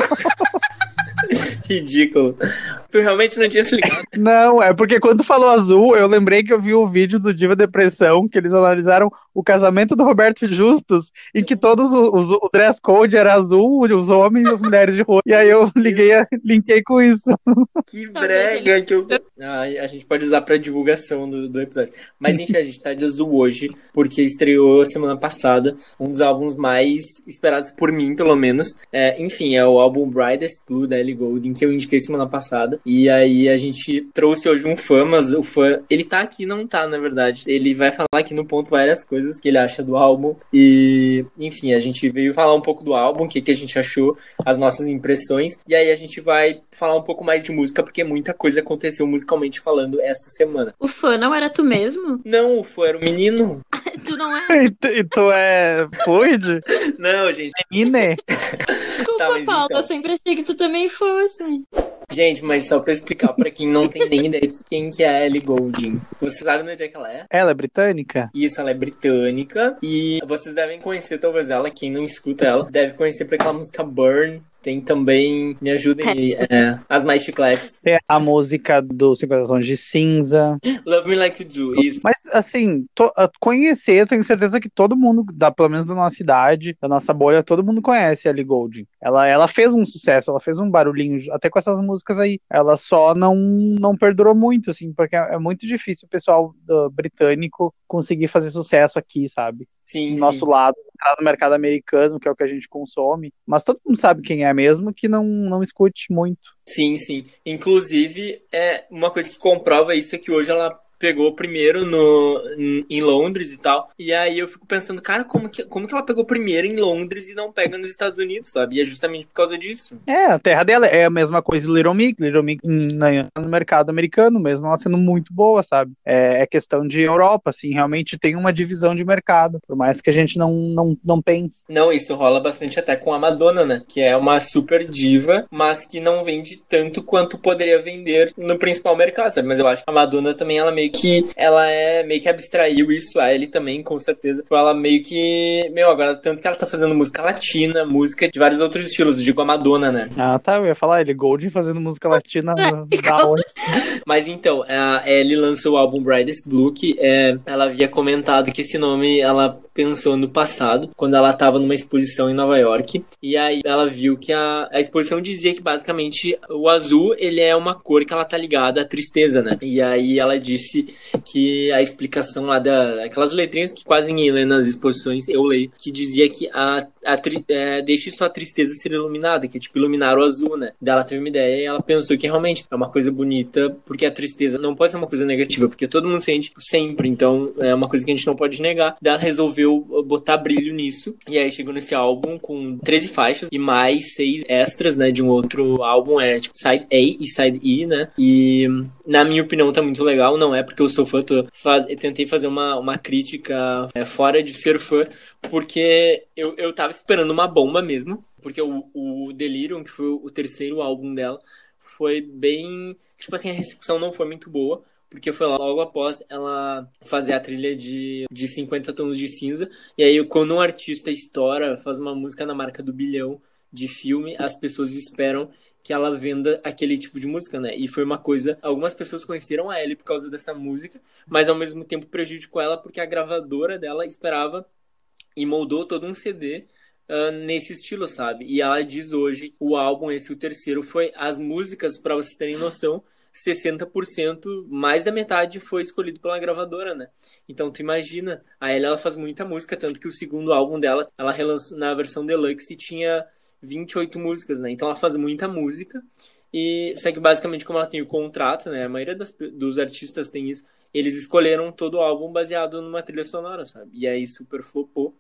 Ridículo. Tu realmente não tinha se ligado? Não, é porque quando tu falou azul, eu lembrei que eu vi o vídeo do Diva Depressão, que eles analisaram o casamento do Roberto Justus, em que todos os, os- o dress code era azul, os homens e as mulheres de roxo. E aí eu liguei, a- linkei com isso. Que brega que eu... Ah, a gente pode usar pra divulgação do, do episódio. Mas enfim, a gente tá de azul hoje, porque estreou semana passada um dos álbuns mais esperados por mim, pelo menos. É, enfim, é o álbum Brightest Blue da Ellie Goulding, que eu indiquei semana passada. E aí a gente trouxe hoje um fã, mas o fã, ele tá aqui, não tá, na verdade. Ele vai falar aqui no ponto várias coisas que ele acha do álbum. E, enfim, a gente veio falar um pouco do álbum, o que, que a gente achou, as nossas impressões. E aí a gente vai falar um pouco mais de música, porque muita coisa aconteceu musicalmente falando essa semana. O fã não era tu mesmo? Não, o fã era o menino. Tu não é? E tu, e tu é fluid? Não, gente. Menine? Desculpa, Tá, mas Paulo. então. Eu sempre achei que tu também fosse. Gente, mas só pra explicar pra quem não tem nem ideia de quem que é a Ellie Goulding. Você sabe onde é que ela é? Ela é britânica? Isso, ela é britânica. E vocês devem conhecer talvez ela. Quem não escuta ela deve conhecer por aquela música Burn. Tem também, me ajudem aí, é, As Mais Chicletes. Tem a música do cinquenta Tons de Cinza. Love Me Like You Do, isso. Mas, assim, to- a- conhecer, tenho certeza que todo mundo, da, pelo menos da nossa idade, da nossa bolha, todo mundo conhece a Ellie Goulding. Ela, ela fez um sucesso, ela fez um barulhinho, até com essas músicas aí. Ela só não, não perdurou muito, assim, porque é, é muito difícil o pessoal do, britânico conseguir fazer sucesso aqui, sabe? Sim, Do nosso sim. lado, entrar no mercado americano, que é o que a gente consome. Mas todo mundo sabe quem é mesmo, que não, não escute muito. Sim, sim. Inclusive, é uma coisa que comprova isso é que hoje ela pegou primeiro no, em em Londres e tal. E aí eu fico pensando, cara, como que, como que ela pegou primeiro em Londres e não pega nos Estados Unidos, sabe? E é justamente por causa disso. É, a terra dela é a mesma coisa do Little Mix, Little Mix em- na- no mercado americano, mesmo ela sendo muito boa, sabe? É, é questão de Europa, assim, realmente tem uma divisão de mercado, por mais que a gente não, não, não pense. Não, isso rola bastante até com a Madonna, né? Que é uma super diva, mas que não vende tanto quanto poderia vender no principal mercado, sabe? Mas eu acho que a Madonna também, ela meio que, ela é meio que abstraiu isso, a Ellie também, com certeza. Ela meio que, meu, agora tanto que ela tá fazendo música latina, música de vários outros estilos, digo a Madonna, né? Ah, tá, eu ia falar, ele Golding fazendo música latina da onde? Mas então, a Ellie lançou o álbum Brightest Blue, que é, ela havia comentado que esse nome ela pensou no passado, quando ela estava numa exposição em Nova York, e aí ela viu que a, a exposição dizia que basicamente o azul, ele é uma cor que ela tá ligada à tristeza, né? E aí ela disse que a explicação lá da, aquelas letrinhas que quase ninguém lê nas exposições, eu leio, que dizia que a, a tri, é, deixe sua tristeza ser iluminada, que é tipo iluminar o azul, né? Daí ela teve uma ideia e ela pensou que realmente é uma coisa bonita, porque a tristeza não pode ser uma coisa negativa, porque todo mundo sente sempre, então é uma coisa que a gente não pode negar. Daí ela resolveu botar brilho nisso, e aí chegou nesse álbum com treze faixas e mais seis extras, né, de um outro álbum, é tipo Side A e Side E, né? E na minha opinião tá muito legal, não é porque eu sou fã, tô faz... eu tentei fazer uma, uma crítica é, fora de ser fã, porque eu, eu tava esperando uma bomba mesmo, porque o, o Delirium, que foi o terceiro álbum dela, foi bem, tipo assim, a recepção não foi muito boa, porque foi logo após ela fazer a trilha de, de cinquenta Tons de Cinza. E aí, quando um artista estoura, faz uma música na marca do bilhão de filme, as pessoas esperam que ela venda aquele tipo de música, né? E foi uma coisa... Algumas pessoas conheceram a Ellie por causa dessa música, mas ao mesmo tempo prejudicou ela porque a gravadora dela esperava e moldou todo um C D uh, nesse estilo, sabe? E ela diz hoje, o álbum, esse o terceiro, foi as músicas, pra vocês terem noção, sessenta por cento, mais da metade foi escolhido pela gravadora, né? Então tu imagina, a Ellie ela faz muita música, tanto que o segundo álbum dela, ela relançou na versão deluxe e tinha vinte e oito músicas, né? Então ela faz muita música, e só que basicamente como ela tem o contrato, né? A maioria das, dos artistas tem isso, eles escolheram todo o álbum baseado numa trilha sonora, sabe? E aí super flopou.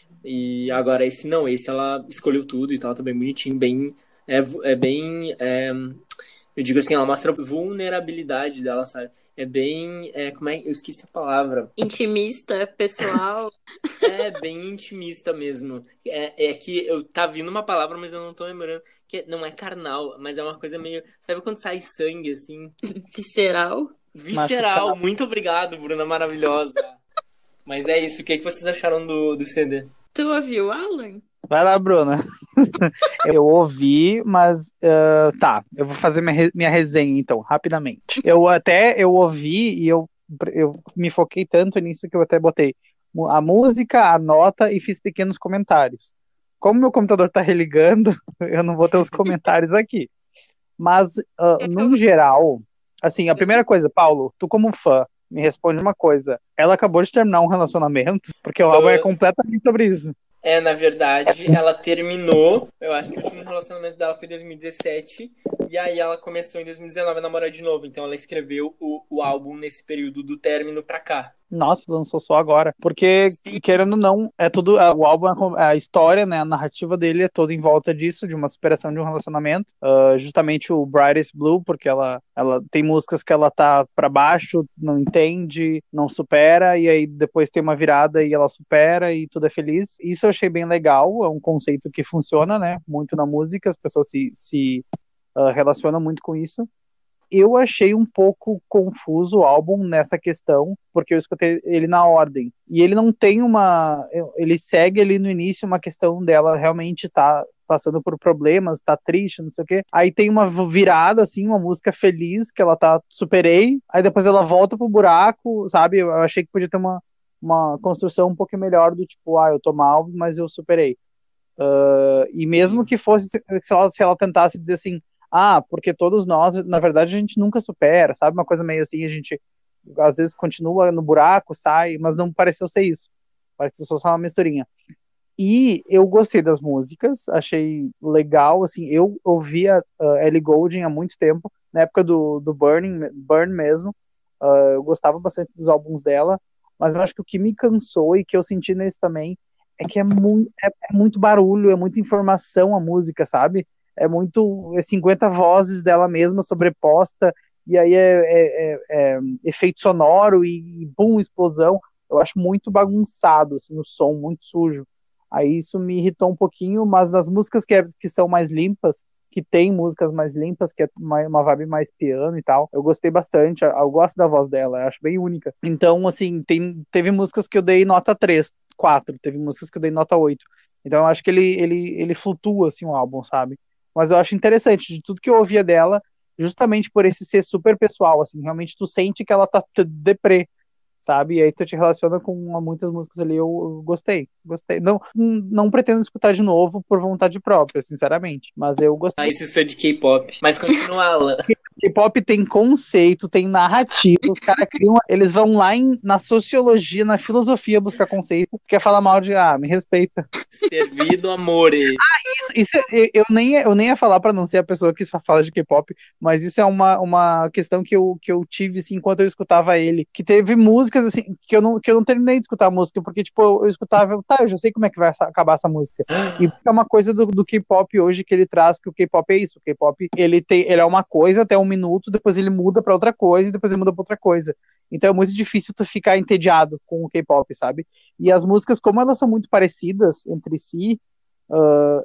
E agora esse não, esse ela escolheu tudo e tal, tá bem bonitinho, bem... É, é bem... É, eu digo assim, ela mostra a vulnerabilidade dela, sabe? É bem, é, como é, eu esqueci a palavra. Intimista, pessoal. É bem intimista mesmo. É, é que eu tá vindo uma palavra, mas eu não tô lembrando. Que não é carnal, mas é uma coisa meio, sabe quando sai sangue assim? Visceral. Visceral. Machucado. Muito obrigado, Bruna maravilhosa. Mas é isso. O que é que vocês acharam do, do C D? Tu ouviu, Alan? Vai lá, Bruna. Eu ouvi, mas ah, tá, eu vou fazer minha, re- minha resenha então, rapidamente. Eu até eu ouvi e eu, eu me foquei tanto nisso que eu até botei mu- a música, a nota e fiz pequenos comentários. Como meu computador tá religando, eu não vou ter os comentários aqui. Mas, ah, É que eu num geral, assim, a primeira coisa, Paulo, tu como fã, me responde uma coisa. Ela acabou de terminar um relacionamento, porque o álbum é Ah, completamente sobre isso. É, na verdade, ela terminou. Eu acho que o último relacionamento dela foi em dois mil e dezessete. E aí ela começou em dois mil e dezenove a namorar de novo. Então ela escreveu o, o álbum nesse período do término pra cá. Nossa, lançou só agora. Porque, Sim. querendo ou não, é tudo. é, O álbum, é com- a história, né? A narrativa dele é toda em volta disso, de uma superação de um relacionamento. Ah, justamente o Brightest Blue, porque ela, ela tem músicas que ela tá pra baixo, não entende, não supera, e aí depois tem uma virada e ela supera e tudo é feliz. Isso eu achei bem legal, é um conceito que funciona, né? Muito na música, as pessoas se, se ah, relacionam muito com isso. Eu achei um pouco confuso o álbum nessa questão, porque eu escutei ele na ordem. E ele não tem uma. Ele segue ali no início uma questão dela realmente tá passando por problemas, tá triste, não sei o quê. Aí tem uma virada, assim, uma música feliz, que ela tá superei. Aí depois ela volta pro buraco, sabe? Eu achei que podia ter uma, uma construção um pouco melhor do tipo, ah, eu tô mal, mas eu superei. Uh, e mesmo que fosse, se ela, se ela tentasse dizer assim, ah, porque todos nós, na verdade, a gente nunca supera, sabe? Uma coisa meio assim, a gente às vezes continua no buraco, sai, mas não pareceu ser isso. Pareceu só uma misturinha. E eu gostei das músicas, achei legal, assim, eu ouvia uh, Ellie Goulding há muito tempo, na época do, do Burning, Burn mesmo, uh, eu gostava bastante dos álbuns dela, mas eu acho que o que me cansou e que eu senti nesse também é que é muito, é, é muito barulho, é muita informação a música, sabe? É muito, é cinquenta vozes dela mesma sobreposta, e aí é, é, é, é efeito sonoro e, e bum, explosão. Eu acho muito bagunçado, assim, o som, muito sujo. Aí isso me irritou um pouquinho, mas nas músicas que, é, que são mais limpas, que tem músicas mais limpas, que é uma, uma vibe mais piano e tal, eu gostei bastante, eu gosto da voz dela, eu acho bem única. Então, assim, tem, teve músicas que eu dei nota três, quatro, teve músicas que eu dei nota oito. Então eu acho que ele, ele, ele flutua, assim, o álbum, sabe? Mas eu acho interessante, de tudo que eu ouvia dela, justamente por esse ser super pessoal, assim, realmente tu sente que ela tá deprê, sabe? E aí tu te relaciona com muitas músicas ali, eu, eu gostei, gostei. Não, não pretendo escutar de novo por vontade própria, sinceramente, mas eu Ah, gostei. esses fãs de K-pop. Mas continua, Alan. K-pop tem conceito, tem narrativa, os caras criam, eles vão lá em, na sociologia, na filosofia buscar conceito, quer falar mal de, ah, me respeita. Servido amore. Isso, isso é- eu, nem, ia- eu nem ia falar pra não ser a pessoa que só fala de K-pop, mas isso é uma, uma questão que eu, que eu tive assim, enquanto eu escutava ele, que teve músicas assim, que eu não, que eu não terminei de escutar a música, porque tipo, eu, eu escutava, tá, eu já sei como é que vai essa- acabar essa música. E é uma coisa do, do K-pop hoje que ele traz, que o K-pop é isso, o K-pop ele, tem, ele é uma coisa até um minuto, depois ele muda pra outra coisa, e depois ele muda pra outra coisa. Então é muito difícil tu ficar entediado com o K-pop, sabe? E as músicas, como elas são muito parecidas entre si, uh,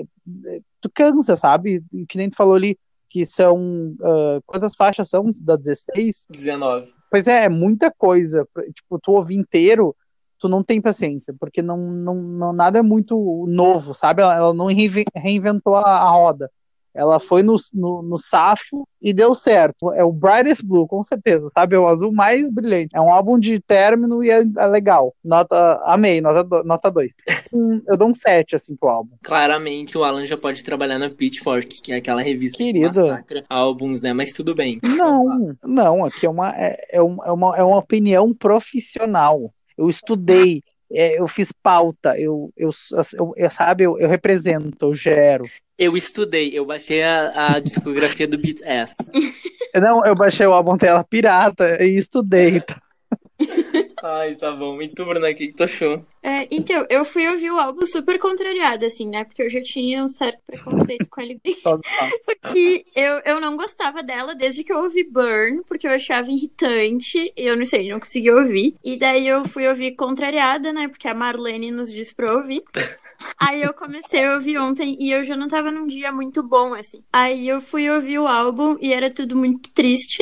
tu cansa, sabe? Que nem tu falou ali, que são. Uh, quantas faixas são? Da dezesseis? dezenove. Pois é, é muita coisa. Tipo, tu ouvir inteiro, tu não tem paciência, porque não, não, não nada é muito novo, sabe? Ela, ela não reinven- reinventou a, a roda. Ela foi no, no, no safo e deu certo. É o Brightest Blue, com certeza, sabe? É o azul mais brilhante. É um álbum de término e é, é legal. Nota, amei, nota, do- nota dois. Hum, eu dou um sete assim, pro álbum. Claramente o Alan já pode trabalhar na Pitchfork, que é aquela revista que Querido. massacra álbuns, né? Mas tudo bem. Vamos lá. Não, não, aqui é uma, é, é uma, é uma, é uma opinião profissional. Eu estudei, é, eu fiz pauta, eu, eu, eu, eu sabe, eu, eu represento, eu gero. Eu estudei, eu baixei a, a discografia do B T S. Não, eu baixei o álbum Tela Pirata e estudei. Tá? Ai, tá bom. E tu, Bruna, o que que tu achou? É, então, eu fui ouvir o álbum super contrariada, assim, né? Porque eu já tinha um certo preconceito com a Ellie Goulding. Porque eu, eu não gostava dela desde que eu ouvi Burn, porque eu achava irritante. E eu não sei, não conseguia ouvir. E daí eu fui ouvir contrariada, né? Porque a Marlene nos disse pra ouvir. Aí eu comecei a ouvir ontem e eu já não tava num dia muito bom, assim. Aí eu fui ouvir o álbum e era tudo muito triste.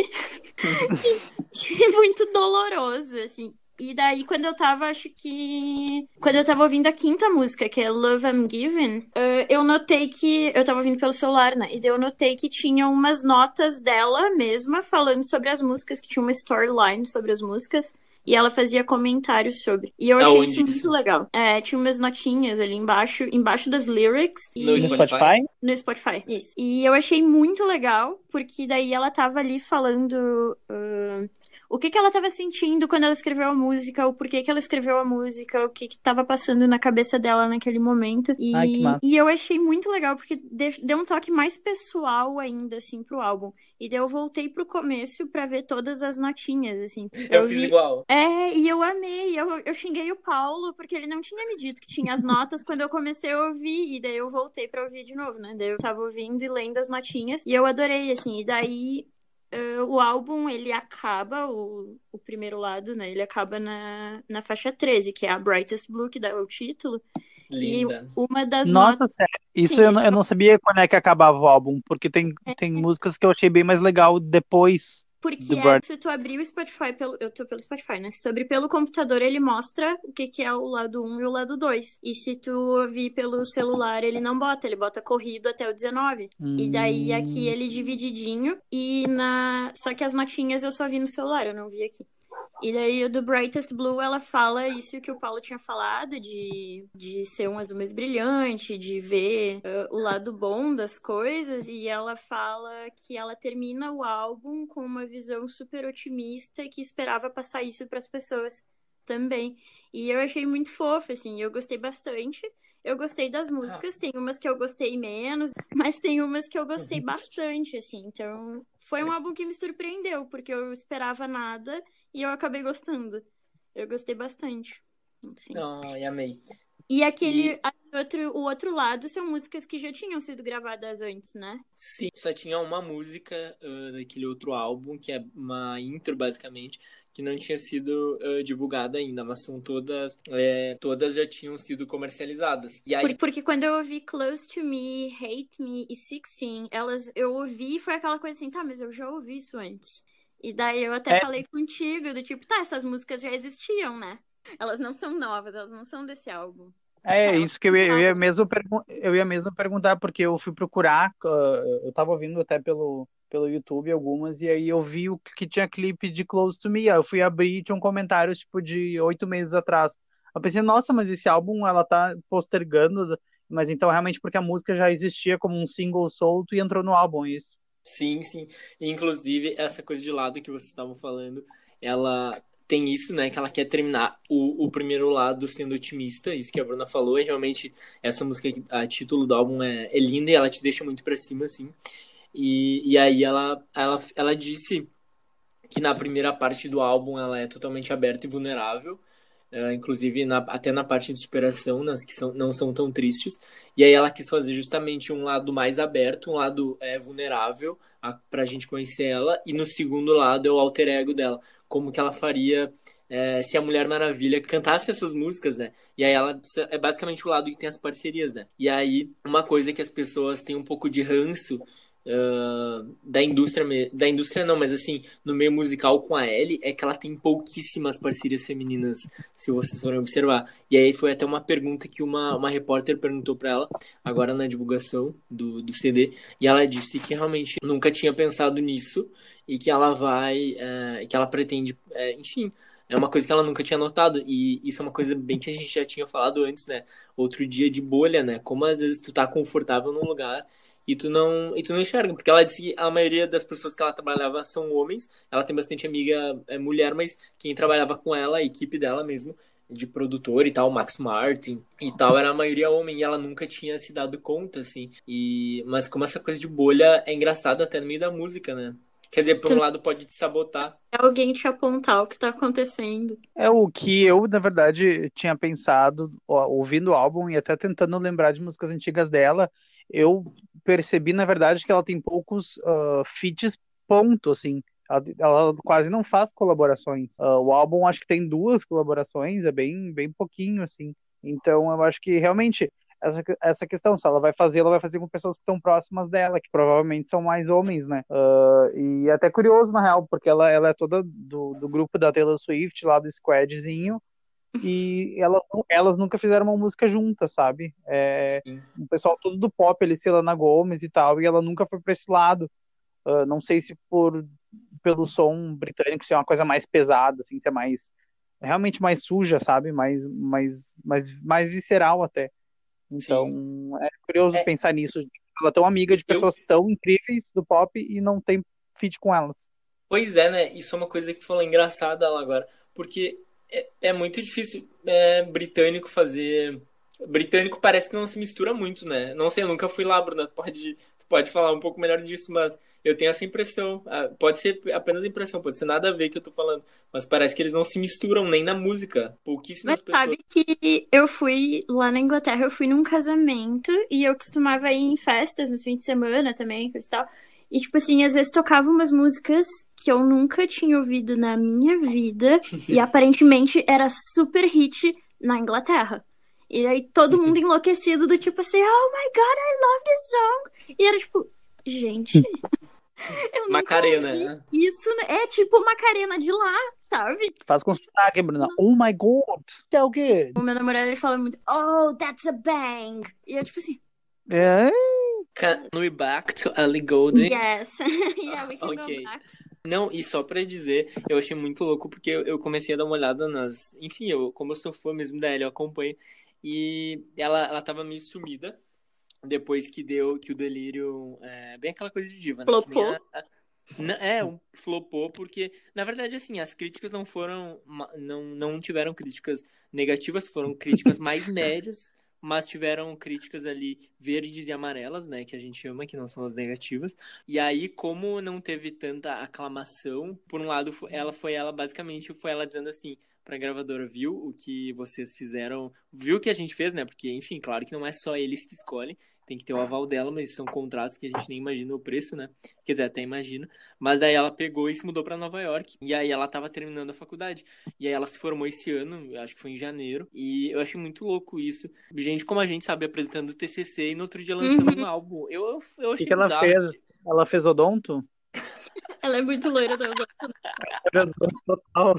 e, e muito doloroso, assim. E daí, quando eu tava, acho que... Quando eu tava ouvindo a quinta música, que é Love I'm Given, uh, eu notei que... Eu tava ouvindo pelo celular, né? E daí eu notei que tinha umas notas dela mesma falando sobre as músicas, que tinha uma storyline sobre as músicas. E ela fazia comentários sobre. E eu achei Aonde isso muito isso? legal. É, tinha umas notinhas ali embaixo, embaixo das lyrics. E... No Spotify? No Spotify, isso. E eu achei muito legal, porque daí ela tava ali falando uh, o que que ela tava sentindo quando ela escreveu a música, o porquê que ela escreveu a música, o que que tava passando na cabeça dela naquele momento. E, Ai, que massa. e eu achei muito legal, porque deu um toque mais pessoal ainda, assim, pro álbum. E daí eu voltei pro começo pra ver todas as notinhas, assim. Eu, eu fiz vi... igual. É, e eu amei. Eu, eu xinguei o Paulo, porque ele não tinha me dito que tinha as notas quando eu comecei a ouvir. E daí eu voltei pra ouvir de novo, né? Daí eu tava ouvindo e lendo as notinhas. E eu adorei, assim. E daí uh, o álbum, ele acaba, o, o primeiro lado, né? Ele acaba na, na faixa treze, que é a Brightest Blue, que dá o título. Linda. E uma das Nossa, notas... sério. Isso Sim, eu, não- eu não sabia quando é que acabava o álbum, porque tem, é... tem músicas que eu achei bem mais legal depois Porque do é, Burn. se tu abrir o Spotify, pelo, eu tô pelo Spotify, né? Se tu abrir pelo computador, ele mostra o que, que é o lado um e o lado dois. E se tu ouvir pelo celular, ele não bota, ele bota corrido até o dezenove. Hum. E daí aqui ele divididinho, e na... Só que as notinhas eu só vi no celular, eu não vi aqui. E daí o do Brightest Blue, ela fala isso que o Paulo tinha falado, de, de ser um azul mais brilhante, de ver uh, o lado bom das coisas. E ela fala que ela termina o álbum com uma visão super otimista e que esperava passar isso para as pessoas também. E eu achei muito fofo, assim, eu gostei bastante. Eu gostei das músicas, tem umas que eu gostei menos, mas tem umas que eu gostei bastante, assim. Então, foi um álbum que me surpreendeu, porque eu esperava nada e eu acabei gostando. Eu gostei bastante. Assim. Ai, amei. E aquele E- a- outro, o outro lado são músicas que já tinham sido gravadas antes, né? Sim, só tinha uma música ah, daquele outro álbum, que é uma intro, basicamente, que não tinha sido ah, divulgada ainda, mas são todas, é, todas já tinham sido comercializadas. E aí, Por- porque quando eu ouvi Close to Me, Hate Me e sixteen, elas eu ouvi e foi aquela coisa assim, tá, mas eu já ouvi isso antes. E daí eu até É. falei contigo, do tipo, tá, essas músicas já existiam, né? Elas não são novas, elas não são desse álbum. É, Tá, isso que eu ia, eu ia elas- mesmo pergun- eu ia mesmo perguntar, porque eu fui procurar, ah, eu tava ouvindo até pelo, pelo YouTube algumas, e aí eu vi o que tinha clipe de Close to Me, aí eu fui abrir e tinha um comentário, tipo, de oito meses atrás. Eu pensei, nossa, mas esse álbum, ela tá postergando, mas então realmente porque a música já existia como um single solto e entrou no álbum, isso. sim, sim. Inclusive, essa coisa de lado que vocês estavam falando, ela tem isso, né? Que ela quer terminar o, o primeiro lado sendo otimista, isso que a Bruna falou, e realmente essa música, a título do álbum é, é linda e ela te deixa muito pra cima, assim. E, e aí ela, ela, ela disse que na primeira parte do álbum ela é totalmente aberta e vulnerável, é, inclusive na, até na parte de superação, nas que são, não são tão tristes. E aí ela quis fazer justamente um lado mais aberto, um lado é, vulnerável, a, pra gente conhecer ela, e no segundo lado é o alter ego dela, como que ela faria é, se a Mulher Maravilha cantasse essas músicas, né? E aí ela é basicamente o lado que tem as parcerias, né? E aí uma coisa que as pessoas têm um pouco de ranço uh, da indústria, da indústria não, mas assim, no meio musical com a Ellie, é que ela tem pouquíssimas parcerias femininas, se vocês forem observar. E aí foi até uma pergunta que uma, uma repórter perguntou pra ela, agora na divulgação do, do C D, e ela disse que realmente nunca tinha pensado nisso, e que ela vai, é, que ela pretende, é, enfim, é uma coisa que ela nunca tinha notado, e isso é uma coisa bem que a gente já tinha falado antes, né? Outro dia de bolha, né? Como às vezes tu tá confortável num lugar e tu não, e tu não enxerga, porque ela disse que a maioria das pessoas que ela trabalhava são homens, ela tem bastante amiga é, mulher, mas quem trabalhava com ela, a equipe dela mesmo, de produtor e tal, Max Martin e tal, era a maioria homem, e ela nunca tinha se dado conta, assim, e, mas como essa coisa de bolha é engraçada até no meio da música, né? Quer dizer, por um lado pode te sabotar. É alguém te apontar o que tá acontecendo. É o que eu, na verdade, tinha pensado, ó, ouvindo o álbum e até tentando lembrar de músicas antigas dela, eu percebi, na verdade, que ela tem poucos uh, feats, ponto, assim. Ela, ela quase não faz colaborações. Uh, o álbum, acho que tem duas colaborações, é bem, bem pouquinho, assim. Então, eu acho que, realmente, essa, essa questão, se ela vai fazer, ela vai fazer com pessoas que estão próximas dela, que provavelmente são mais homens, né? Uh, e é até curioso, na real, porque ela, ela é toda do, do grupo da Taylor Swift, lá do Squadzinho, e ela, elas nunca fizeram uma música juntas, sabe? É, o pessoal todo do pop, ali, Selena Gomez e tal, e ela nunca foi pra esse lado. Uh, não sei se por pelo som britânico ser uma coisa mais pesada, assim, ser mais realmente mais suja, sabe? Mais, mais, mais, mais visceral até. Então, Sim. é curioso é, pensar nisso. Ela é tão amiga de pessoas eu... tão incríveis do pop e não tem feat com elas. Pois é, né? Isso é uma coisa que tu falou engraçada lá agora. Porque é, é muito difícil é, britânico fazer... Britânico parece que não se mistura muito, né? Não sei, eu nunca fui lá, Bruna. Tu pode, tu pode falar um pouco melhor disso, mas eu tenho essa impressão. Pode ser apenas impressão, pode ser nada a ver que eu tô falando. Mas parece que eles não se misturam nem na música. Pouquíssimas mas pessoas... sabe que eu fui lá na Inglaterra, eu fui num casamento e eu costumava ir em festas no fim de semana também, coisa e tal. E, tipo assim, às vezes tocava umas músicas que eu nunca tinha ouvido na minha vida e aparentemente era super hit na Inglaterra. E aí todo mundo enlouquecido do tipo assim, oh my god, I love this song. E era tipo, gente... Eu Macarena, né? Isso é tipo Macarena de lá, sabe? Faz com sotaque, Bruna. Oh my god, é o quê? O meu namorado, ele fala muito, oh, that's a bang. E eu tipo assim... É? Can we back to Ellie Goulding? Yes. Yeah, we can okay. go back. Não, e só pra dizer, eu achei muito louco porque eu, eu comecei a dar uma olhada nas... Enfim, eu, como eu sou fã mesmo da Ellie, eu acompanho. E ela, ela tava meio sumida. Depois que deu, que o delírio, é bem aquela coisa de diva, né? Flopou. A, a, é, um, flopou, porque, na verdade, assim, as críticas não foram, não, não tiveram críticas negativas, foram críticas mais médias, mas tiveram críticas ali verdes e amarelas, né, que a gente chama, que não são as negativas. E aí, como não teve tanta aclamação, por um lado, ela foi ela, basicamente, foi ela dizendo assim, pra gravadora, viu o que vocês fizeram, viu o que a gente fez, né, porque, enfim, claro que não é só eles que escolhem, tem que ter o aval dela, mas são contratos que a gente nem imagina o preço, né? Quer dizer, até imagina. Mas daí ela pegou e se mudou pra Nova York. E aí ela tava terminando a faculdade. E aí ela se formou esse ano, acho que foi em janeiro. E eu achei muito louco isso. Gente como a gente, sabe, apresentando o T C C e no outro dia lançando um álbum. Eu, eu, eu achei O que, que ela fez? Ela fez odonto? Ela é muito loira do odonto. Total.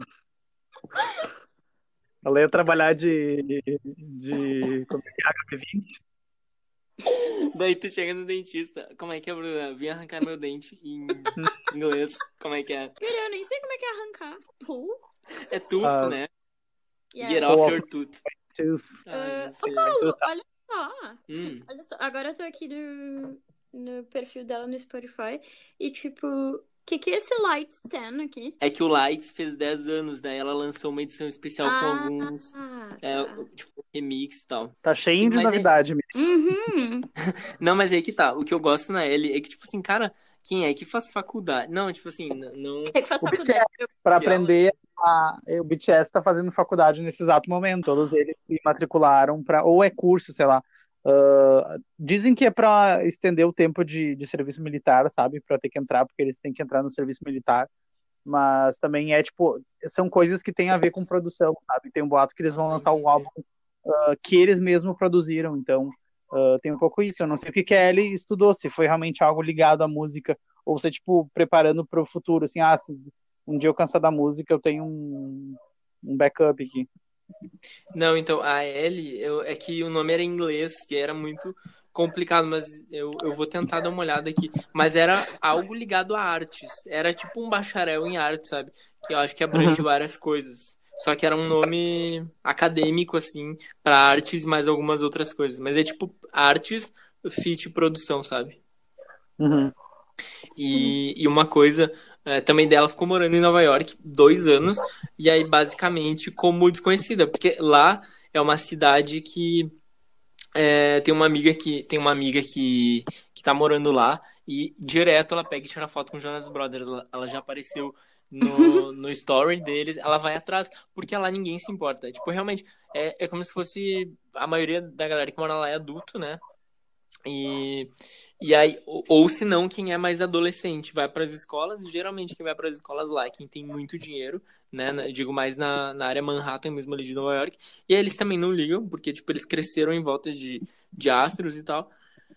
Ela ia trabalhar de... de... como é que é? H P vinte? Daí tu chega no dentista. Como é que é, Bruna? Vim arrancar meu dente em inglês. Como é que é? Cara, eu nem sei como é que é arrancar. Pull? É tooth, uh, né? Yeah. Get off your tooth. tooth. Ah, uh, Paulo, olha só. Hum. Olha só. Agora eu tô aqui no, no perfil dela no Spotify. E tipo... O que, que é esse Lights dez aqui? É que o Lights fez dez anos, daí ela lançou uma edição especial ah, com alguns ah, é, tá. tipo, remix e tal. Tá cheio de mas novidade, é... mesmo. Uhum. Não, mas aí que tá. O que eu gosto na Ellie é que, tipo assim, cara, quem é que faz faculdade? Não, tipo assim, não... Quem é que faz o faculdade? B T S, pra que aprender, ela... a... o B T S tá fazendo faculdade nesse exato momento. Todos eles se matricularam pra... Ou é curso, sei lá. Uh, dizem que é pra estender o tempo de, de serviço militar, sabe? Pra ter que entrar, porque eles têm que entrar no serviço militar. Mas também é, tipo, são coisas que tem a ver com produção, sabe? Tem um boato que eles vão lançar um álbum uh, que eles mesmos produziram, então uh, tem um pouco isso. Eu não sei o que que a Ellie estudou, se foi realmente algo ligado à música, ou se é, tipo, preparando pro futuro, assim, ah, se um dia eu cansar da música, eu tenho um, um backup aqui. Não, então, a Ellie, eu, é que o nome era em inglês, que era muito complicado, mas eu, eu vou tentar dar uma olhada aqui. Mas era algo ligado a artes. Era tipo um bacharel em arte, sabe? Que eu acho que abrange uhum. várias coisas. Só que era um nome acadêmico, assim, para artes e mais algumas outras coisas. Mas é tipo artes, feat produção, sabe? Uhum. E, e uma coisa... É, também dela ficou morando em Nova York dois anos, e aí basicamente como desconhecida, porque lá é uma cidade que é, tem uma amiga que tem uma amiga que, que tá morando lá, e direto ela pega e tira foto com o Jonas Brothers. Ela, ela já apareceu no, no story deles, ela vai atrás, porque lá ninguém se importa. Tipo, realmente, é, é como se fosse a maioria da galera que mora lá é adulto, né? E, e aí, ou, ou se não, quem é mais adolescente vai para as escolas. Geralmente quem vai para as escolas lá é quem tem muito dinheiro, né? na- Digo mais na, na área Manhattan mesmo ali de Nova York. E aí eles também não ligam, porque tipo, eles cresceram em volta de, de astros e tal.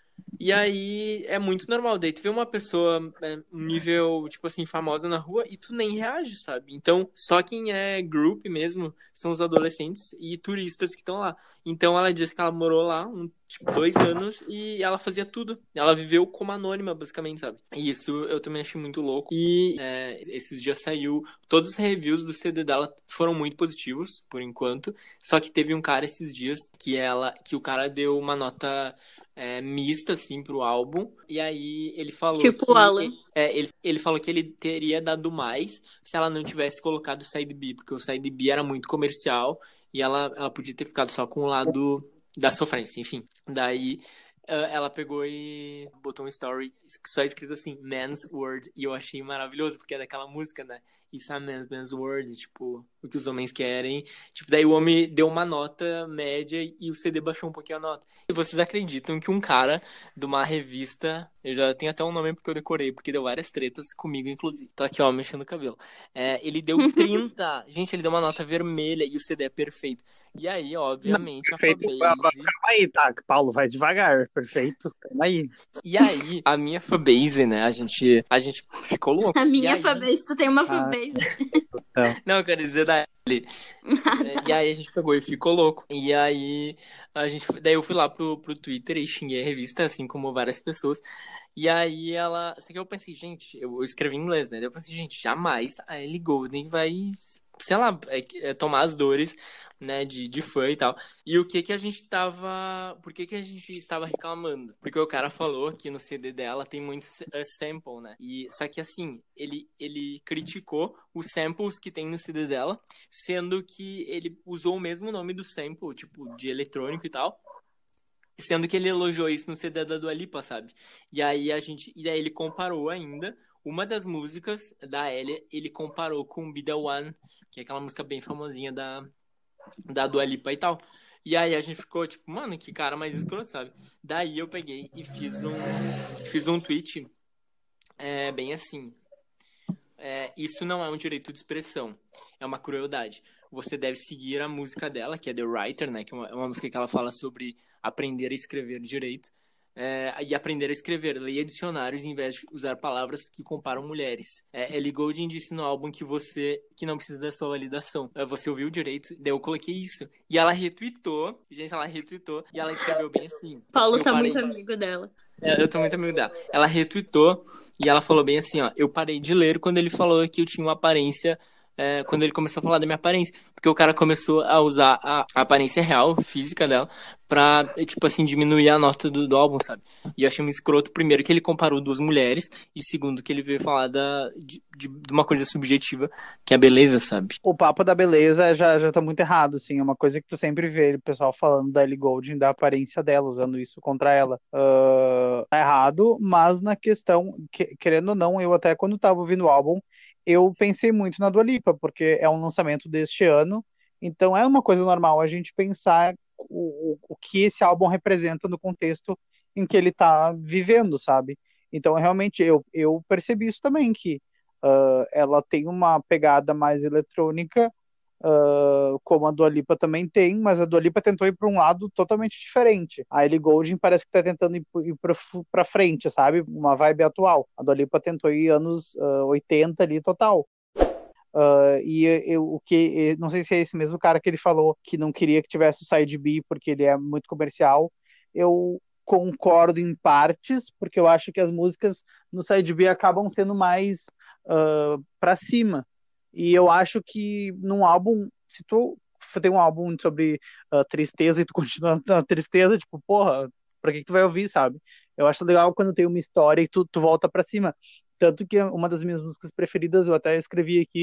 E aí é muito normal. Daí tu vê uma pessoa é, um nível, tipo assim, famosa na rua e tu nem reage, sabe? Então, só quem é group mesmo são os adolescentes e turistas que estão lá. Então ela disse que ela morou lá um, tipo, dois anos e ela fazia tudo. Ela viveu como anônima, basicamente, sabe? E isso eu também achei muito louco. E é, esses dias saiu. Todos os reviews do C D dela foram muito positivos, por enquanto. Só que teve um cara esses dias que ela. Que o cara deu uma nota é, mista, assim, pro álbum. E aí ele falou Tipo que. o Alan. É, ele, ele falou que ele teria dado mais se ela não tivesse colocado o Side B, porque o Side B era muito comercial e ela, ela podia ter ficado só com o lado da sofrência, enfim. Daí ah, ela pegou e botou um story só escrito assim, Man's Word, e eu achei maravilhoso, porque é daquela música, né? Isso é man's, man's word, tipo, o que os homens querem. Tipo, daí o homem deu uma nota média e o C D baixou um pouquinho a nota. E vocês acreditam que um cara de uma revista, eu já tenho até um nome porque eu decorei, porque deu várias tretas comigo, inclusive. Tô aqui, ó, mexendo o cabelo. É, ele deu trinta. Gente, ele deu uma nota vermelha e o C D é perfeito. E aí, Não, obviamente, a perfeito. fanbase. Calma aí, tá? Paulo, vai devagar. Perfeito. Calma aí. E aí, a minha fanbase, né? A gente, a gente ficou louco. A E minha aí... fanbase, tu tem uma Ah, fanbase. não. Não, eu quero dizer da L. Ah, É, tá. E aí a gente pegou e ficou louco. E aí a gente, daí eu fui lá pro, pro Twitter e xinguei a revista, assim como várias pessoas. E aí ela, só que eu pensei, gente, eu escrevi em inglês, né? Daí eu pensei, gente, jamais a Ellie Goulding vai, sei lá, é, é, tomar as dores, né, de, de fã e tal. E o que que a gente tava, por que que a gente estava reclamando? Porque o cara falou que no C D dela tem muito uh, sample, né? E só que assim, ele ele criticou os samples que tem no C D dela, sendo que ele usou o mesmo nome do sample, tipo, de eletrônico e tal. Sendo que ele elogiou isso no C D da Dua Lipa, sabe? E aí a gente. E daí ele comparou ainda. Uma das músicas da Ellie, ele comparou com Be The One, que é aquela música bem famosinha da, da Dua Lipa e tal. E aí a gente ficou tipo, mano, que cara mais escroto, sabe? Daí eu peguei e fiz um, fiz um tweet é, bem assim. É, isso não é um direito de expressão, é uma crueldade. Você deve seguir a música dela, que é The Writer, né? Que é uma, é uma música que ela fala sobre aprender a escrever direito. É, e aprender a escrever, leia dicionários em vez de usar palavras que comparam mulheres. É, Ellie Goulding disse no álbum que você que não precisa da sua validação. É, você ouviu direito, daí eu coloquei isso. E ela retweetou, gente, ela retweetou, e ela escreveu bem assim. Paulo Eu tá parei muito de- amigo dela. é, eu tô muito amigo dela. Ela retweetou e ela falou bem assim, ó. Eu parei de ler quando ele falou que eu tinha uma aparência. É, quando ele começou a falar da minha aparência. Porque o cara começou a usar a aparência real, física dela, pra, tipo assim, diminuir a nota do, do álbum, sabe? E eu achei um escroto, primeiro, que ele comparou duas mulheres, e segundo, que ele veio falar da, de, de, de uma coisa subjetiva, que é a beleza, sabe? O papo da beleza já, já tá muito errado, assim. É uma coisa que tu sempre vê o pessoal falando da Ellie Goulding, da aparência dela, usando isso contra ela. Ah, tá errado, mas na questão, que- querendo ou não, eu até quando tava ouvindo o álbum, eu pensei muito na Dua Lipa, porque é um lançamento deste ano, então é uma coisa normal a gente pensar o, o, o que esse álbum representa no contexto em que ele tá vivendo, sabe? Então, realmente, eu, eu percebi isso também, que ah, ela tem uma pegada mais eletrônica, ah, como a Dua Lipa também tem, mas a Dua Lipa tentou ir para um lado totalmente diferente. A Ellie Goulding parece que está tentando ir, ir para frente, sabe? Uma vibe atual. A Dua Lipa tentou ir anos ah, oitenta ali total. Ah, e eu, o que, não sei se é esse mesmo cara que ele falou que não queria que tivesse o Side B porque ele é muito comercial. Eu concordo em partes, porque eu acho que as músicas no Side B acabam sendo mais uh, para cima. E eu acho que num álbum, se tu tem um álbum sobre uh, tristeza e tu continua na tristeza, tipo, porra, pra que, que tu vai ouvir, sabe? Eu acho legal quando tem uma história e tu, tu volta pra cima. Tanto que uma das minhas músicas preferidas, eu até escrevi aqui,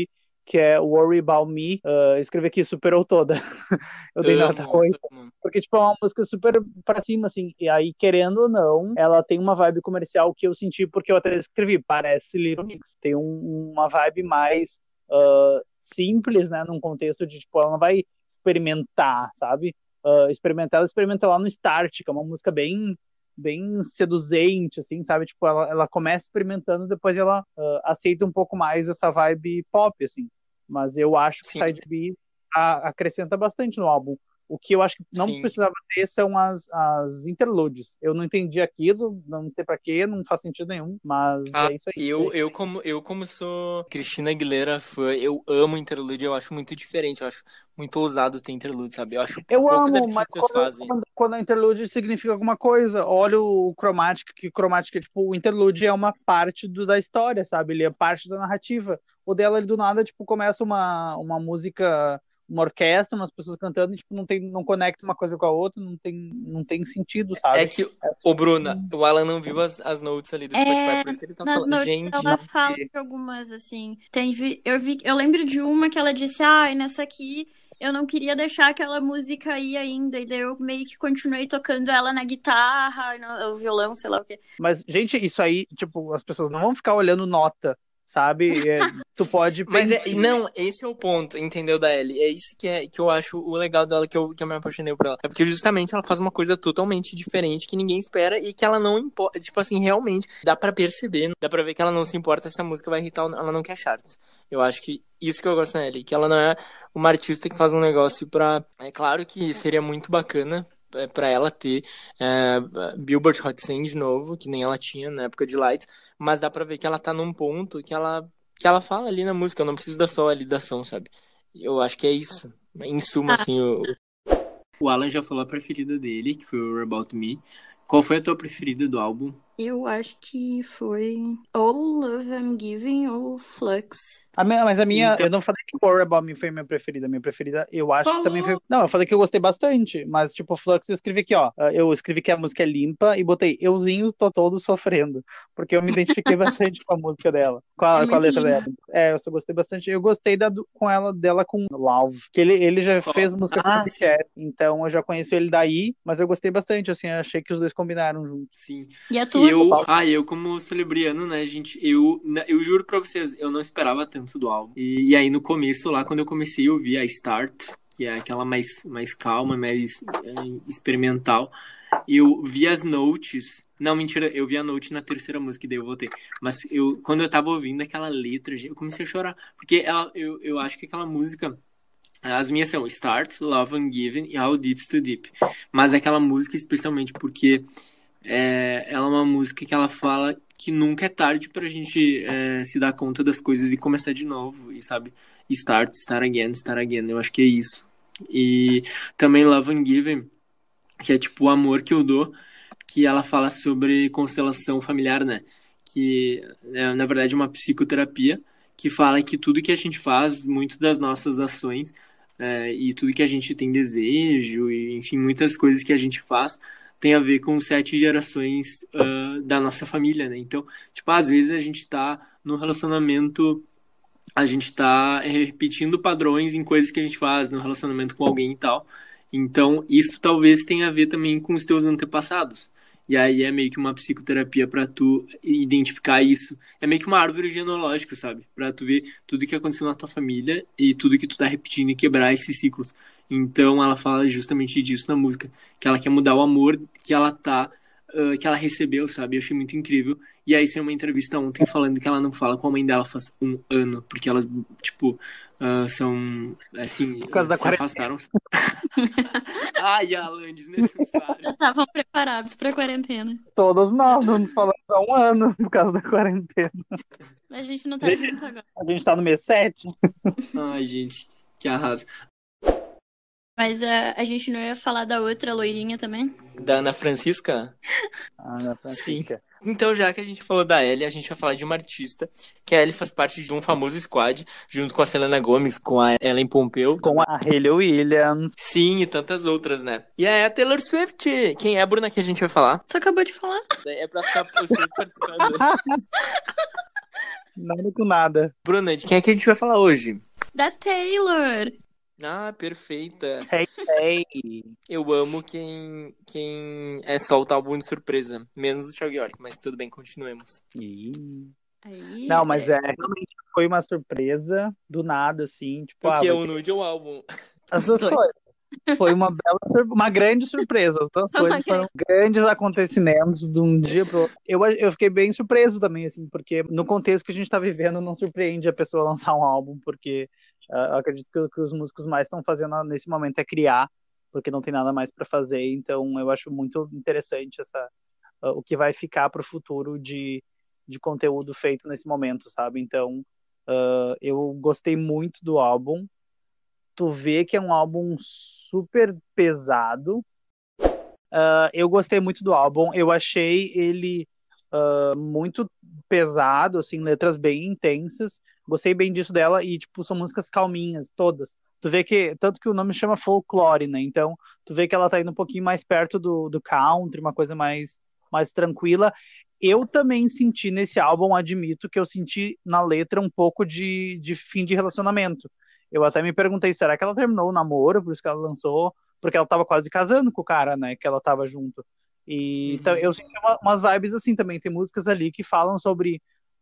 que é Worry About Me. Uh, escrevi aqui, superou toda. Eu dei nota oito. Porque, tipo, é uma música super pra cima, assim. E aí, querendo ou não, ela tem uma vibe comercial que eu senti, porque eu até escrevi, parece Little Mix. Tem um, uma vibe mais uh, simples, né? Num contexto de, tipo, ela não vai experimentar, sabe? Uh, experimentar, ela experimenta lá no Start, que é uma música bem... bem seduzente, assim, sabe? Tipo, ela, ela começa experimentando, depois ela uh, aceita um pouco mais essa vibe pop, assim. Mas eu acho que Sim. Side B a, acrescenta bastante no álbum. O que eu acho que não Sim. precisava ter são as, as interludes. Eu não entendi aquilo, não sei pra quê, não faz sentido nenhum, mas Ah, é isso aí. eu, eu, como, eu, como sou Cristina Aguilera fã, eu amo interlude, eu acho muito diferente, eu acho muito ousado ter interlude, sabe? Eu acho que Eu poucos amo, mas artistas quando, fazem. quando, quando a interlude significa alguma coisa, olha o Chromatic, que Chromatic, tipo, o interlude é uma parte do, da história, sabe? Ele é parte da narrativa. O dela, ele do nada, tipo, começa uma, uma música, uma orquestra, umas pessoas cantando, e, tipo, não tem, não conecta uma coisa com a outra, não tem, não tem sentido, sabe? É que, ô Bruna, o Alan não viu as, as notes ali do Spotify, É, por isso que ele tá nas falando. notes Gente, ela não fala vi. de algumas, assim. Tem, vi- eu, vi, eu lembro de uma que ela disse, ah, nessa aqui eu não queria deixar aquela música aí ainda. E daí eu meio que continuei tocando ela na guitarra, no, o violão, sei lá o quê. Mas, gente, isso aí, tipo, as pessoas não vão ficar olhando nota, sabe? É, tu pode mas é, pensar. não, esse é o ponto, entendeu, da Ellie? É isso que, é, que eu acho o legal dela, que eu, que eu me apaixonei por ela. É porque justamente ela faz uma coisa totalmente diferente que ninguém espera e que ela não importa. Tipo assim, realmente, dá pra perceber, dá pra ver que ela não se importa se a música vai irritar ou não, ela não quer charts. Eu acho que isso que eu gosto da Ellie, que ela não é uma artista que faz um negócio pra... É claro que seria muito bacana pra ela ter é, Billboard Hot cem de novo, que nem ela tinha na época de Lights, mas dá pra ver que ela tá num ponto que ela, que ela fala ali na música, eu não preciso da só validação, sabe? Eu acho que é isso. Em suma, Ah. assim, o, o Alan já falou a preferida dele, que foi o About Me. Qual foi a tua preferida do álbum? Eu acho que foi All Love I'm Giving ou Flux. A minha, mas a minha, Então- eu não falei que Worry About Me foi minha preferida. Minha preferida, eu acho Falou. que também foi. Não, eu falei que eu gostei bastante, mas tipo, Flux eu escrevi aqui, ó. Eu escrevi que a música é limpa e botei euzinho, tô todo sofrendo. Porque eu me identifiquei bastante com a música dela, com a, É com a muito letra linda. dela. É, eu só gostei bastante. Eu gostei da, do- com ela, dela com Love. Que ele, ele já Qual? fez música com Ah, o B T S, então eu já conheço ele daí, mas eu gostei bastante, assim, eu achei que os dois combinaram juntos. Sim. E a tua? Eu, ah, eu como celebriano, né, gente, eu, eu juro pra vocês, eu não esperava tanto do álbum. E, e aí no começo, lá, quando eu comecei a ouvir a Start, que é aquela mais, mais calma, mais é, experimental, eu vi as notes. Não, mentira, eu vi a note na terceira música, e daí eu voltei. Mas eu, quando eu tava ouvindo aquela letra, eu comecei a chorar. Porque ela, eu, eu acho que aquela música. As minhas são Start, Love Ungiven e How Deep to Deep. Mas aquela música, especialmente porque é, ela é uma música que ela fala que nunca é tarde pra gente é, se dar conta das coisas e começar de novo. E sabe, start, start again, start again. Eu acho que é isso. E também Love Ungiven, que é tipo o amor que eu dou, que ela fala sobre constelação familiar, né? Que é, na verdade, uma psicoterapia que fala que tudo que a gente faz, muito das nossas ações, é, e tudo que a gente tem desejo, e enfim, muitas coisas que a gente faz, tem a ver com sete gerações uh, da nossa família, né? Então, tipo, às vezes a gente tá no relacionamento, a gente tá repetindo padrões em coisas que a gente faz no relacionamento com alguém e tal. Então, isso talvez tenha a ver também com os teus antepassados. E aí é meio que uma psicoterapia pra tu identificar isso. É meio que uma árvore genealógica, sabe? Pra tu ver tudo que aconteceu na tua família e tudo que tu tá repetindo e quebrar esses ciclos. Então ela fala justamente disso na música. Que ela quer mudar o amor que ela tá... Uh, que ela recebeu, sabe? Eu achei muito incrível. E aí saiu uma entrevista ontem falando que ela não fala com a mãe dela faz um ano. Porque elas, tipo... Uh, são, assim, Por causa da se afastaram. Ai, Alan, desnecessário. Já estavam preparados pra quarentena. Todos nós não nos falamos há um ano por causa da quarentena. A gente não tá Gente. junto agora. A gente tá no mês sete. Ai, gente, que arraso. Mas uh, a gente não ia falar da outra loirinha também? Da Ana Francisca? Ana Francisca. Sim. Então, já que a gente falou da Ellie, a gente vai falar de uma artista, que a Ellie faz parte de um famoso squad, junto com a Selena Gomez, com a Ellen Pompeo. Com a Hayley Williams. Sim, e tantas outras, né? E aí a Taylor Swift. Quem é a Bruna que a gente vai falar? Tu acabou de falar. É pra ficar você participando. Nada com nada. Bruna, de quem é que a gente vai falar hoje? Da Taylor. Ah, perfeita. Hey, hey. Eu amo quem, quem é solta álbum de surpresa. Menos o Thiago York, mas tudo bem, continuemos. Ih. Aí, Não, mas é, realmente foi uma surpresa do nada, assim. Tipo, Porque ah, é vai o ter- nude ou o álbum? as duas dois. coisas. Foi uma bela, sur- uma grande surpresa. As duas Uma coisas foram grandes acontecimentos de um dia pro outro. Eu, eu fiquei bem surpreso também, assim, porque no contexto que a gente tá vivendo, não surpreende a pessoa lançar um álbum, porque ah, eu acredito que, o que os músicos mais estão fazendo nesse momento é criar, porque não tem nada mais para fazer. Então, eu acho muito interessante essa, ah, o que vai ficar pro futuro de, de conteúdo feito nesse momento, sabe? Então, ah, eu gostei muito do álbum. Tu vê que é um álbum super pesado. Uh, eu gostei muito do álbum. Eu achei ele uh, muito pesado, assim, letras bem intensas. Gostei bem disso dela e, tipo, são músicas calminhas, todas. Tu vê que, tanto que o nome chama folklore, né? Então, tu vê que ela tá indo um pouquinho mais perto do, do country, uma coisa mais, mais tranquila. Eu também senti nesse álbum, admito que eu senti na letra um pouco de, de fim de relacionamento. Eu até me perguntei, será que ela terminou o namoro, por isso que ela lançou? Porque ela tava quase casando com o cara, né, que ela tava junto. E então, eu Uhum. senti uma- umas vibes assim também. Tem músicas ali que falam sobre,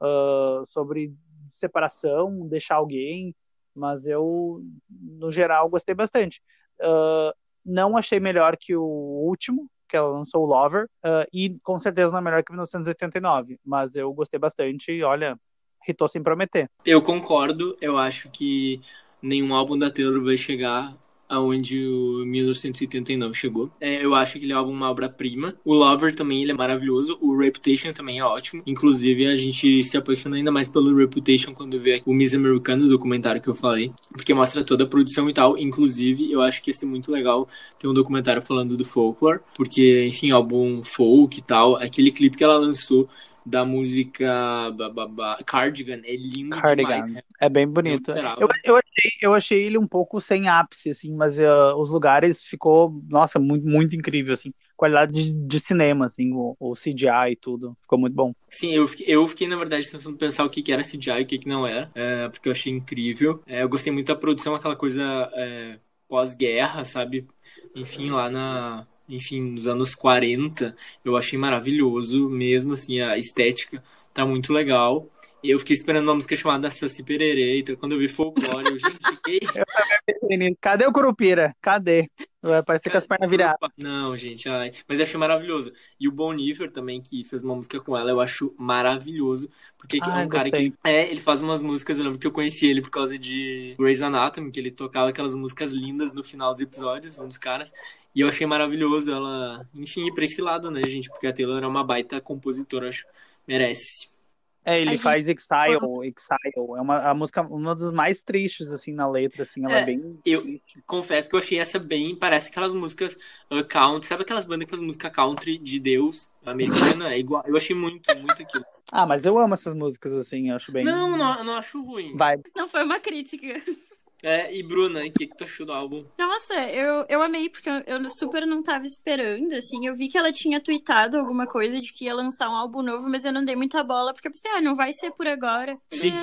ah, sobre separação, deixar alguém, mas eu, no geral, gostei bastante. Ah, não achei melhor que o último, que ela lançou, o Lover, ah, e com certeza não é melhor que mil novecentos e oitenta e nove, mas eu gostei bastante e, olha, hitou sem prometer. Eu concordo, eu acho que nenhum álbum da Taylor vai chegar aonde o mil novecentos e oitenta e nove chegou. É, eu acho que ele é um álbum, uma obra-prima. O Lover também ele é maravilhoso. O Reputation também é ótimo. Inclusive, a gente se apaixona ainda mais pelo Reputation quando vê o Miss Americana, o documentário que eu falei. Porque mostra toda a produção e tal. Inclusive, eu acho que ia ser muito legal ter um documentário falando do Folklore. Porque, enfim, álbum folk e tal. Aquele clipe que ela lançou da música ba, ba, ba, Cardigan é lindo demais. Cardigan. É bem Não bonito. Eu, esperava. eu, achei, eu achei ele um pouco sem ápice, assim, mas uh, os lugares ficou, nossa, muito, muito incrível, assim. Qualidade de, de cinema, assim, o, o C G I e tudo. Ficou muito bom. Sim, eu fiquei, eu fiquei, na verdade, tentando pensar o que, que era C G I e o que, que não era, é, porque eu achei incrível. É, eu gostei muito da produção, aquela coisa é, pós-guerra, sabe? Enfim, lá na. Enfim, nos anos quarenta, eu achei maravilhoso, mesmo assim, a estética tá muito legal. E eu fiquei esperando uma música chamada Saci Pererê, então quando eu vi folclore, eu, gente, fiquei. Menino, cadê o Curupira? Cadê? Vai parecer com as pernas viradas. Não, gente, ai. Mas eu achei maravilhoso. E o Bon Iver também, que fez uma música com ela, eu acho maravilhoso. Porque é Ah, um cara que gostei. ele, é, ele faz umas músicas. Eu lembro que eu conheci ele por causa de Grey's Anatomy, que ele tocava aquelas músicas lindas no final dos episódios, um dos caras. E eu achei maravilhoso ela, enfim, ir pra esse lado, né, gente? Porque a Taylor é uma baita compositora, acho. Merece. É, ele A gente- faz Exile, Exile. É uma a música, uma das mais tristes, assim, na letra, assim. Ela é, É, bem eu- triste. Confesso que eu achei essa bem. Parece aquelas músicas uh, country. Sabe aquelas bandas que fazem música country de Deus americana? É igual. Eu achei muito, muito aquilo. Ah, mas eu amo essas músicas, assim. Eu acho bem... Não, não, não acho ruim. Vai. Não foi uma crítica. É, e Bruna, o que, que tu achou do álbum? Nossa, eu, eu amei, porque eu, eu super não tava esperando, assim. Eu vi que ela tinha tweetado alguma coisa de que ia lançar um álbum novo, mas eu não dei muita bola, porque eu pensei, ah, não vai ser por agora. Sim.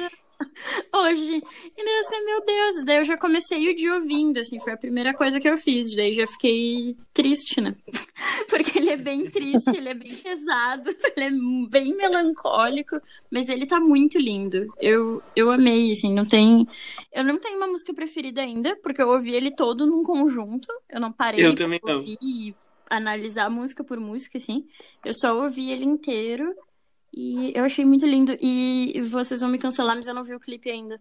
Hoje. E daí eu assim, meu Deus. Daí eu já comecei o dia ouvindo, assim, foi a primeira coisa que eu fiz. Daí já fiquei triste, né? Porque ele é bem triste, ele é bem pesado, ele é bem melancólico, mas ele tá muito lindo. Eu, eu amei, assim, não tem... Eu não tenho uma música preferida ainda, porque eu ouvi ele todo num conjunto. Eu não parei Eu pra também não. ouvir e analisar música por música, assim. Eu só ouvi ele inteiro. E eu achei muito lindo. E vocês vão me cancelar, mas eu não vi o clipe ainda.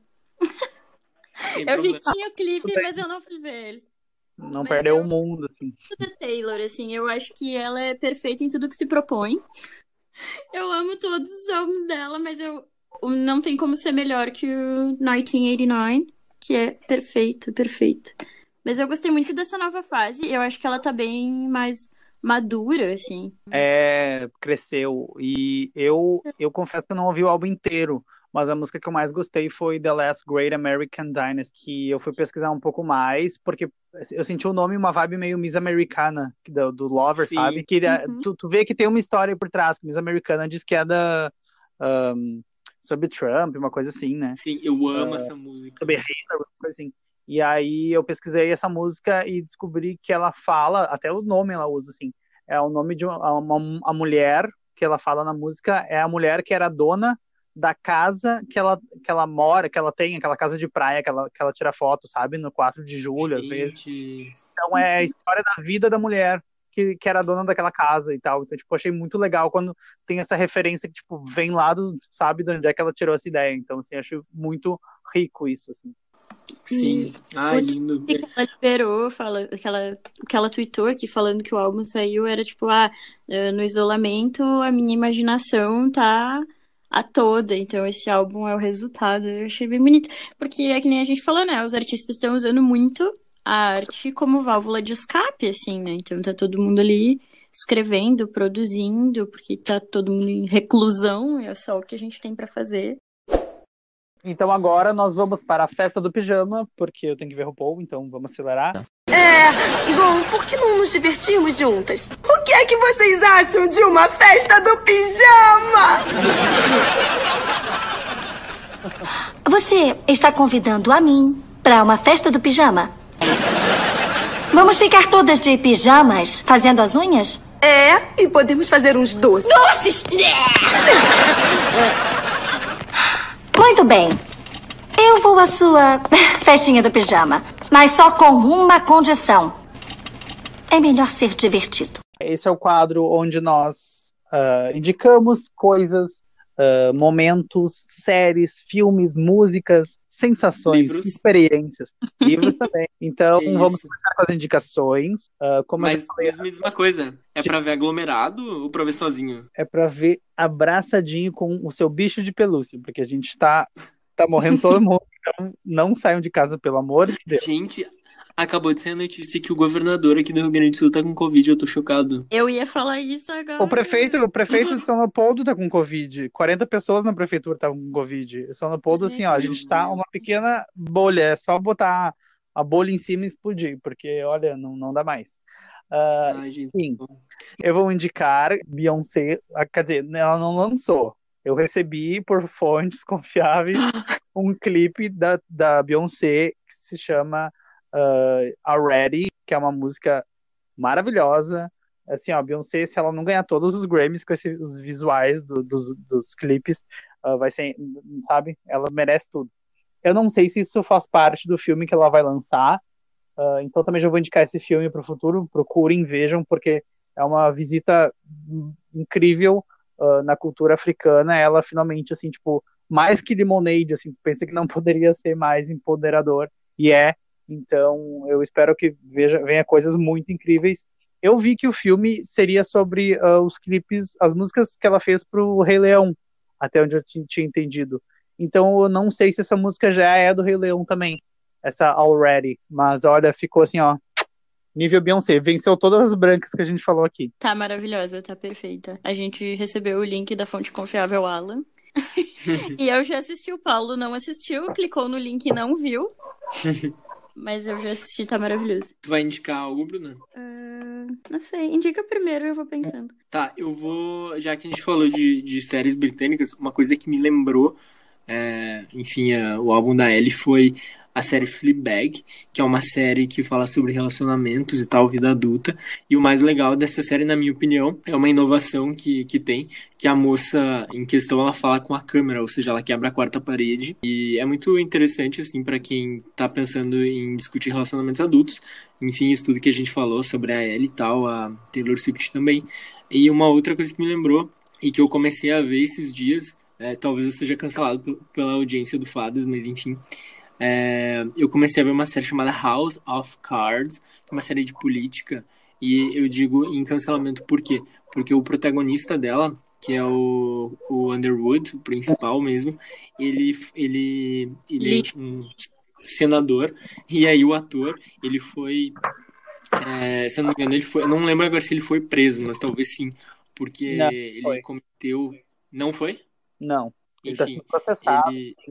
Sem Eu vi problema. que tinha o clipe, mas eu não fui ver ele. Não Mas perdeu eu- o mundo, assim. Da Taylor, assim, eu acho que ela é perfeita em tudo que se propõe. Eu amo todos os álbuns dela, mas eu o- não tem como ser melhor que o mil novecentos e oitenta e nove, que é perfeito, perfeito. Mas eu gostei muito dessa nova fase. Eu acho que ela tá bem mais madura, assim. É, cresceu. E eu, eu confesso que eu não ouvi o álbum inteiro, mas a música que eu mais gostei foi The Last Great American Dynasty, que eu fui pesquisar um pouco mais, porque eu senti o nome uma vibe meio Miss Americana, que do, do Lover, Sim. sabe? Que Uhum. tu, tu vê que tem uma história por trás, que Miss Americana diz que é da um, sobre Trump, uma coisa assim, né? Sim, eu amo uh, essa música. Sobre Hitler, uma coisa assim. E aí eu pesquisei essa música e descobri que ela fala, até o nome ela usa, assim, é o nome de uma, uma, a mulher que ela fala na música, é a mulher que era dona da casa que ela, que ela mora, que ela tem, aquela casa de praia que ela, que ela tira foto, sabe? No quatro de julho, às vezes. Então é a história da vida da mulher que, que era dona daquela casa e tal. Então, tipo, achei muito legal quando tem essa referência que, tipo, vem lá do, sabe, de onde é que ela tirou essa ideia. Então, assim, acho muito rico isso, assim. Sim, ah, lindo. Que ela liberou, fala, que, ela, que ela tweetou aqui falando que o álbum saiu, era tipo, ah, no isolamento a minha imaginação tá a toda, então esse álbum é o resultado. Eu achei bem bonito, porque é que nem a gente falou, né, os artistas estão usando muito a arte como válvula de escape, assim, né, então tá todo mundo ali escrevendo, produzindo, porque tá todo mundo em reclusão, é só o que a gente tem pra fazer. Então agora nós vamos para a festa do pijama, porque eu tenho que ver o RuPaul, então vamos acelerar. É, bom, por que não nos divertirmos juntas? O que é que vocês acham de uma festa do pijama? Você está convidando a mim para uma festa do pijama? Vamos ficar todas de pijamas fazendo as unhas? É, e podemos fazer uns doces. Doces! Muito bem. Eu vou à sua festinha do pijama, mas só com uma condição. É melhor ser divertido. Esse é o quadro onde nós uh, indicamos coisas, uh, momentos, séries, filmes, músicas, sensações, livros. Experiências. Livros também. Então, Isso. vamos começar com as indicações. Uh, como mas, falei, mas me diz uma coisa, é pra ver aglomerado ou pra ver sozinho? É pra ver abraçadinho com o seu bicho de pelúcia, porque a gente tá, tá morrendo todo mundo. Então, não saiam de casa, pelo amor de Deus. Gente, acabou de sair a notícia que o governador aqui do Rio Grande do Sul tá com Covid, eu tô chocado. Eu ia falar isso agora. O prefeito, o prefeito de São Leopoldo tá com Covid. quarenta pessoas na prefeitura estavam com Covid. São Leopoldo, assim, ó, a gente tá uma pequena bolha. É só botar a bolha em cima e explodir, porque, olha, não, não dá mais. Uh, Ai, gente. Sim, eu vou indicar Beyoncé, quer dizer, ela não lançou. Eu recebi por fontes confiáveis um clipe da, da Beyoncé que se chama uh, Already, que é uma música maravilhosa. Assim, ó, a Beyoncé, se ela não ganhar todos os Grammys com esse, os visuais do, dos, dos clipes, uh, vai ser, sabe? Ela merece tudo. Eu não sei se isso faz parte do filme que ela vai lançar, uh, então também já vou indicar esse filme para o futuro. Procurem, vejam, porque é uma visita incrível uh, na cultura africana. Ela finalmente, assim, tipo, mais que Lemonade, assim, pensa que não poderia ser mais empoderador, e é. Então, eu espero que veja, venha coisas muito incríveis. Eu vi que o filme seria sobre uh, os clipes, as músicas que ela fez pro Rei Leão, até onde eu t- tinha entendido. Então, eu não sei se essa música já é do Rei Leão também, essa Already. Mas, olha, ficou assim, ó, nível Beyoncé. Venceu todas as brancas que a gente falou aqui. Tá maravilhosa, tá perfeita. A gente recebeu o link da fonte confiável Alan. E eu já assisti, o Paulo não assistiu, clicou no link e não viu. Mas eu já assisti, tá maravilhoso. Tu vai indicar algo, Bruna? Uh, não sei, indica primeiro, eu vou pensando. Tá, eu vou... Já que a gente falou de, de séries britânicas, uma coisa que me lembrou, é, enfim, a, o álbum da Ellie foi a série Fleabag, que é uma série que fala sobre relacionamentos e tal, vida adulta. E o mais legal dessa série, na minha opinião, é uma inovação que, que tem, que a moça em questão, ela fala com a câmera, ou seja, ela quebra a quarta parede. E é muito interessante, assim, para quem tá pensando em discutir relacionamentos adultos. Enfim, isso tudo que a gente falou sobre a Ellie e tal, a Taylor Swift também. E uma outra coisa que me lembrou, e que eu comecei a ver esses dias, é, talvez eu seja cancelado p- pela audiência do Fadas, mas enfim... É, eu comecei a ver uma série chamada House of Cards, uma série de política, e eu digo em cancelamento por quê? Porque o protagonista dela, que é o, o Underwood, o principal mesmo, ele, ele, ele é um senador, e aí o ator, ele foi, é, se eu não me engano, ele foi, eu não lembro agora se ele foi preso, mas talvez sim, porque Não, ele foi. cometeu... Não foi? Não. Ele tá Enfim, sendo processado. ele...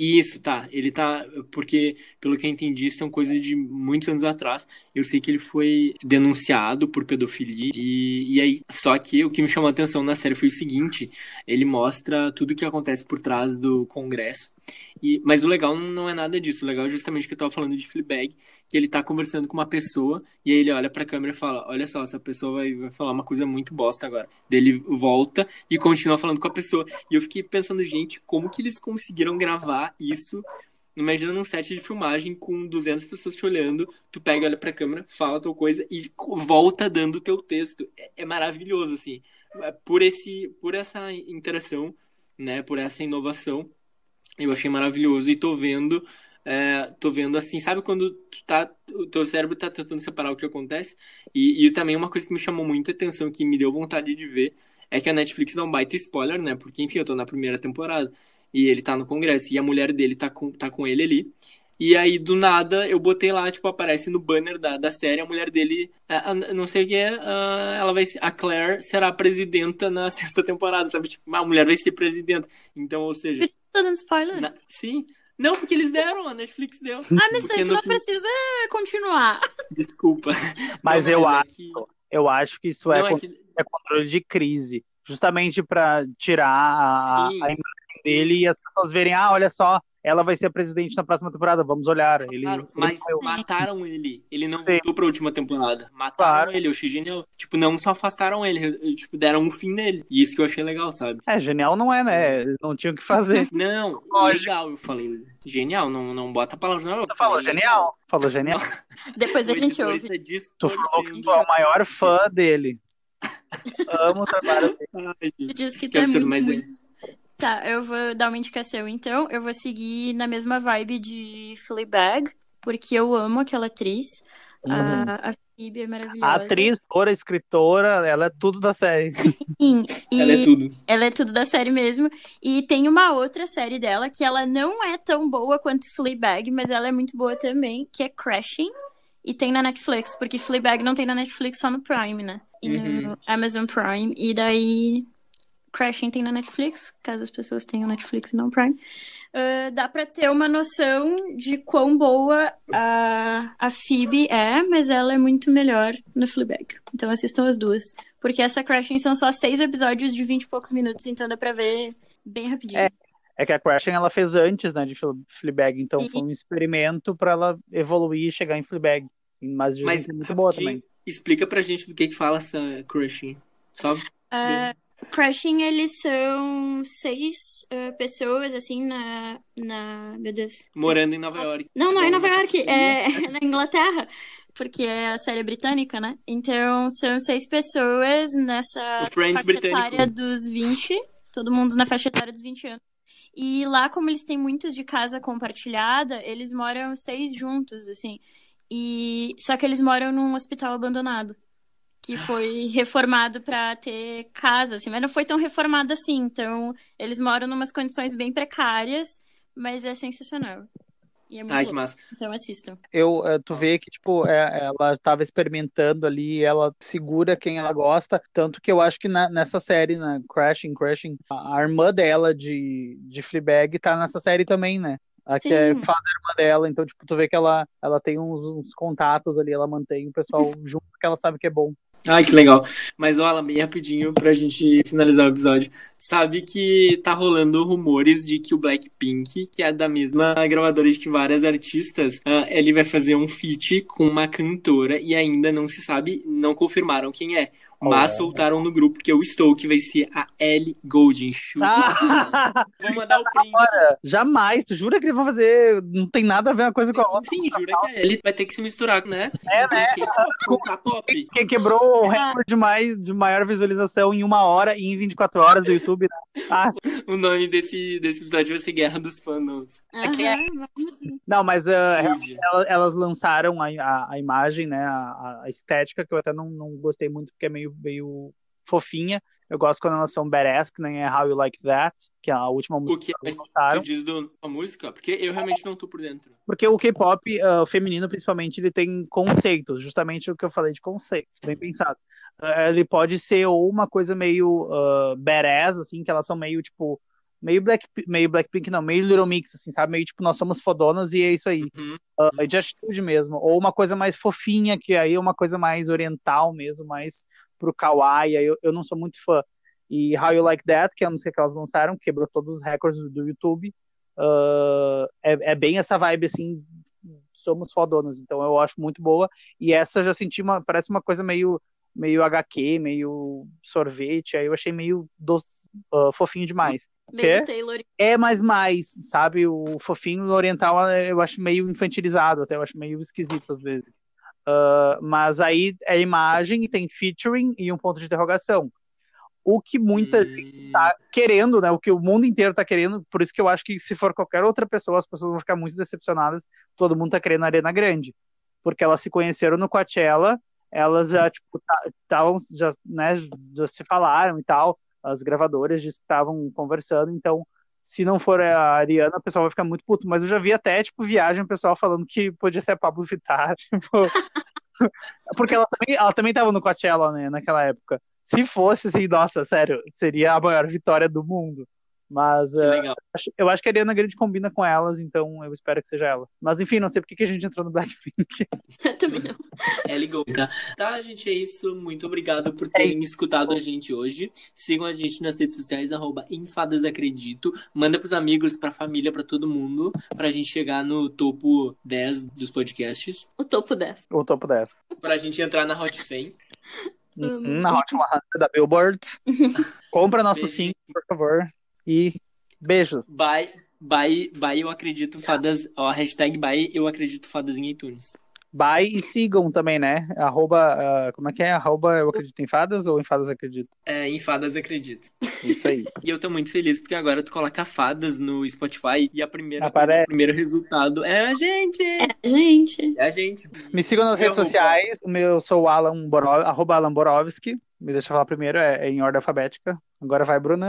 Isso, tá. Ele tá. Porque, pelo que eu entendi, são coisas de muitos anos atrás. Eu sei que ele foi denunciado por pedofilia. E, e aí. Só que o que me chamou a atenção na série foi o seguinte: ele mostra tudo o que acontece por trás do Congresso. E, mas o legal não é nada disso. O legal é justamente que eu tava falando de Fleabag, que ele tá conversando com uma pessoa, e aí ele olha pra câmera e fala: olha só, essa pessoa vai, vai falar uma coisa muito bosta agora. Daí ele volta e continua falando com a pessoa. E eu fiquei pensando, gente, como que eles conseguiram gravar isso? Imagina num set de filmagem com duzentas pessoas te olhando, tu pega, olha pra câmera, fala tua coisa e volta dando o teu texto. É, é maravilhoso, assim. Por, esse, por essa interação, né, por essa inovação, eu achei maravilhoso e tô vendo, é, tô vendo assim, sabe quando tu tá, o teu cérebro tá tentando separar o que acontece? E, e também uma coisa que me chamou muita atenção, que me deu vontade de ver, é que a Netflix dá um baita spoiler, né? Porque, enfim, eu tô na primeira temporada e ele tá no Congresso e a mulher dele tá com, tá com ele ali. E aí, do nada, eu botei lá, tipo, aparece no banner da, da série, a mulher dele, a, a, não sei o que é, a, ela vai ser, a Claire será a presidenta na sexta temporada, sabe? Tipo, a mulher vai ser presidenta. Então, ou seja... Tá dando spoiler? Na, sim. Não, porque eles deram, a Netflix deu. Ah, mas aí tu no não fim... precisa continuar. Desculpa. Mas não, eu mas acho, é que... eu acho que isso é, não, é, controle, que... é controle de crise, justamente para tirar a, Sim. a imagem dele e as pessoas verem, ah, olha só, ela vai ser a presidente na próxima temporada, vamos olhar. Ele, Claro, ele mas morreu. mataram ele. Ele não Sim. voltou pra última temporada. Mataram Claro. ele, eu achei genial. Tipo, não só afastaram ele, tipo, deram um fim nele. E isso que eu achei legal, sabe? É, genial não é, né? Eles não tinham o que fazer. Não, Lógico. legal, eu falei. Genial, não, não bota a palavra na boca. Tu falou genial, falou genial. Depois a Foi gente depois ouve. da Tu falou que distorcendo. tu é o maior fã dele. Amo o trabalho dele. Ai, Tu gente, diz que tu que é absurdo, muito, mas é muito... isso. Tá, eu vou dar uma indicação então. Eu vou seguir na mesma vibe de Fleabag, porque eu amo aquela atriz. Uhum. A, a Phoebe é maravilhosa. A atriz, autora, escritora, ela é tudo da série. Sim, e Ela é tudo. ela é tudo da série mesmo. E tem uma outra série dela que ela não é tão boa quanto Fleabag, mas ela é muito boa também, que é Crashing. E tem na Netflix, porque Fleabag não tem na Netflix, só no Prime, né? E Uhum. no Amazon Prime. E daí Crashing tem na Netflix, caso as pessoas tenham Netflix e não Prime. Uh, dá pra ter uma noção de quão boa a, a Phoebe é, mas ela é muito melhor no Fleabag. Então assistam as duas. Porque essa Crashing são só seis episódios de vinte e poucos minutos, então dá pra ver bem rapidinho. É, é que a Crashing ela fez antes, né, de Fleabag, então Sim. foi um experimento pra ela evoluir e chegar em Fleabag. Mas dizem Mas que é muito boa rapidinho, também. explica pra gente do que que fala essa Crushing. Só Uh, Crashing, eles são seis uh, pessoas, assim, na, na... Meu Deus. morando em Nova York. Não, não é em Nova Vão na York, cafeteria. é na Inglaterra, porque é a série britânica, né? Então, são seis pessoas nessa O Friends faixa etária britânico. dos vinte, todo mundo na faixa etária dos vinte anos. E lá, como eles têm muitos de casa compartilhada, eles moram seis juntos, assim. E só que eles moram num hospital abandonado, que foi reformado pra ter casa, assim, mas não foi tão reformado assim. Então, eles moram numas condições bem precárias, mas é sensacional. E é muito Ai, que louco. massa. Então, assistam. Eu, eh, tu vê que, tipo, é, ela tava experimentando ali, ela segura quem ela gosta, tanto que eu acho que na- nessa série, na Crashing, Crashing, a, a irmã dela de, de Fleabag tá nessa série também, né? A que é, Sim. faz a irmã dela, então, tipo, tu vê que ela, ela tem uns, uns contatos ali, ela mantém o pessoal junto, porque ela sabe que é bom. Ai, que legal. Mas, olha, bem rapidinho pra gente finalizar o episódio. Sabe que tá rolando rumores de que o Blackpink, que é da mesma gravadora de que várias artistas, ah, ele vai fazer um feat com uma cantora e ainda não se sabe, não confirmaram quem é. Mas Oh. soltaram no grupo que eu estou, que vai ser a Ellie Goulding. Chuta. Ah, Vou mandar o print. jamais, tu jura que eles vão fazer, não tem nada a ver uma coisa com a outra. Enfim, jura que a Ellie vai ter que se misturar, né? É, né? Com o K-pop. Quem quebrou o recorde de, mais, de maior visualização em uma hora e em vinte e quatro horas do YouTube, né? Ah, O nome desse, desse episódio vai ser Guerra dos Fandoms. que é- Aham, vamos. não, mas uh, Rude. elas, elas lançaram a, a, a imagem, né? A, a estética, que eu até não, não gostei muito, porque é meio, meio fofinha. Eu gosto quando elas são badass, que nem é How You Like That, que é a última O música que que elas tu lançaram. diz do, da música? Porque eu realmente não tô por dentro. Porque o K-pop uh, feminino, principalmente, ele tem conceitos, justamente o que eu falei de conceitos, bem pensados. Uh, ele pode ser ou uma coisa meio uh, badass, assim, que elas são meio, tipo, meio, Black, meio Blackpink, não, meio Little Mix, assim, sabe? Meio tipo, nós somos fodonas e é isso aí. Uhum. Uh, de atitude mesmo. Ou uma coisa mais fofinha, que aí é uma coisa mais oriental mesmo, mais pro kawaii. Eu, eu não sou muito fã. E How You Like That, que é a música que elas lançaram, quebrou todos os recordes do, do YouTube. Uh, é, é bem essa vibe, assim, somos fodonas. Então eu acho muito boa. E essa eu já senti uma, parece uma coisa meio meio agá quê, meio sorvete, aí eu achei meio doce, uh, fofinho demais. Meio Taylor. É mais mais, sabe? O fofinho oriental eu acho meio infantilizado, até eu acho meio esquisito às vezes. Uh, mas aí é imagem e tem featuring e um ponto de interrogação. O que muita gente tá querendo, né? O que o mundo inteiro tá querendo, por isso que eu acho que se for qualquer outra pessoa, as pessoas vão ficar muito decepcionadas. Todo mundo tá querendo a Arena Grande. Porque elas se conheceram no Coachella, elas já, tipo, estavam, já, né, já se falaram e tal, as gravadoras estavam conversando, então, se não for a Ariana, o pessoal vai ficar muito puto, mas eu já vi até, tipo, viagem, o pessoal falando que podia ser a Pablo Vittar, tipo, porque ela também, ela também tava no Coachella, né, naquela época. Se fosse, assim, nossa, sério, seria a maior vitória do mundo. Mas uh, eu acho que a Ariana Grande combina com elas, então eu espero que seja ela. Mas enfim, não sei por que a gente entrou no Blackpink. Também não. É, ligou, tá? Tá, gente, é isso. Muito obrigado por terem é escutado a gente hoje. Sigam a gente nas redes sociais, arroba enfadasacredito. Manda pros amigos, pra família, pra todo mundo, pra gente chegar no topo dez dos podcasts. O topo dez. O topo dez. Pra gente entrar na Hot cem. Uhum, na Hot cem da Billboard. Compra nosso sim, por favor. E beijos. Bye, bye, bye, eu acredito fadas. Ó, hashtag bye, eu acredito fadas em iTunes. Bye e sigam também, né? Arroba, uh, como é que é? Arroba eu acredito em fadas ou em fadas acredito? É, em fadas acredito. Isso aí. E eu tô muito feliz porque agora tu coloca fadas no Spotify e a primeira Aparece. O primeiro resultado é a gente. É a gente. É a gente. Me sigam nas Meu redes sociais. O meu, eu sou o Alan Borov, arroba Alan Borovski. Me deixa eu falar primeiro, é, é em ordem alfabética. Agora vai, Bruna.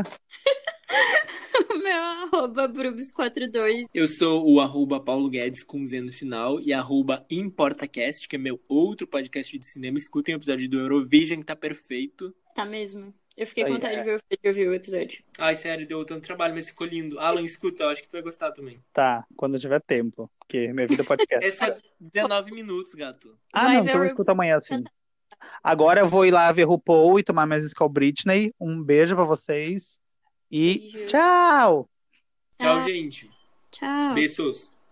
O meu arroba Brubis quarenta e dois. Eu sou o arroba Paulo Guedes com Z no final e arroba ImportaCast, que é meu outro podcast de cinema. Escutem o episódio do Eurovision, que tá perfeito. Tá mesmo. Eu fiquei com Aí, vontade é. de, ver, de ouvir o episódio. Ai, sério, deu tanto trabalho, mas ficou lindo. Alan, escuta, eu acho que tu vai gostar também. Tá, quando eu tiver tempo, porque minha vida é podcast. É só dezenove minutos, gato. Ah, Vai não, ver então eu o- escuto amanhã, sim. Agora eu vou ir lá ver RuPaul e tomar minhas Skol Britney. Um beijo pra vocês. E Beijo. tchau! Tchau, Tchau. gente. Tchau. Beijos.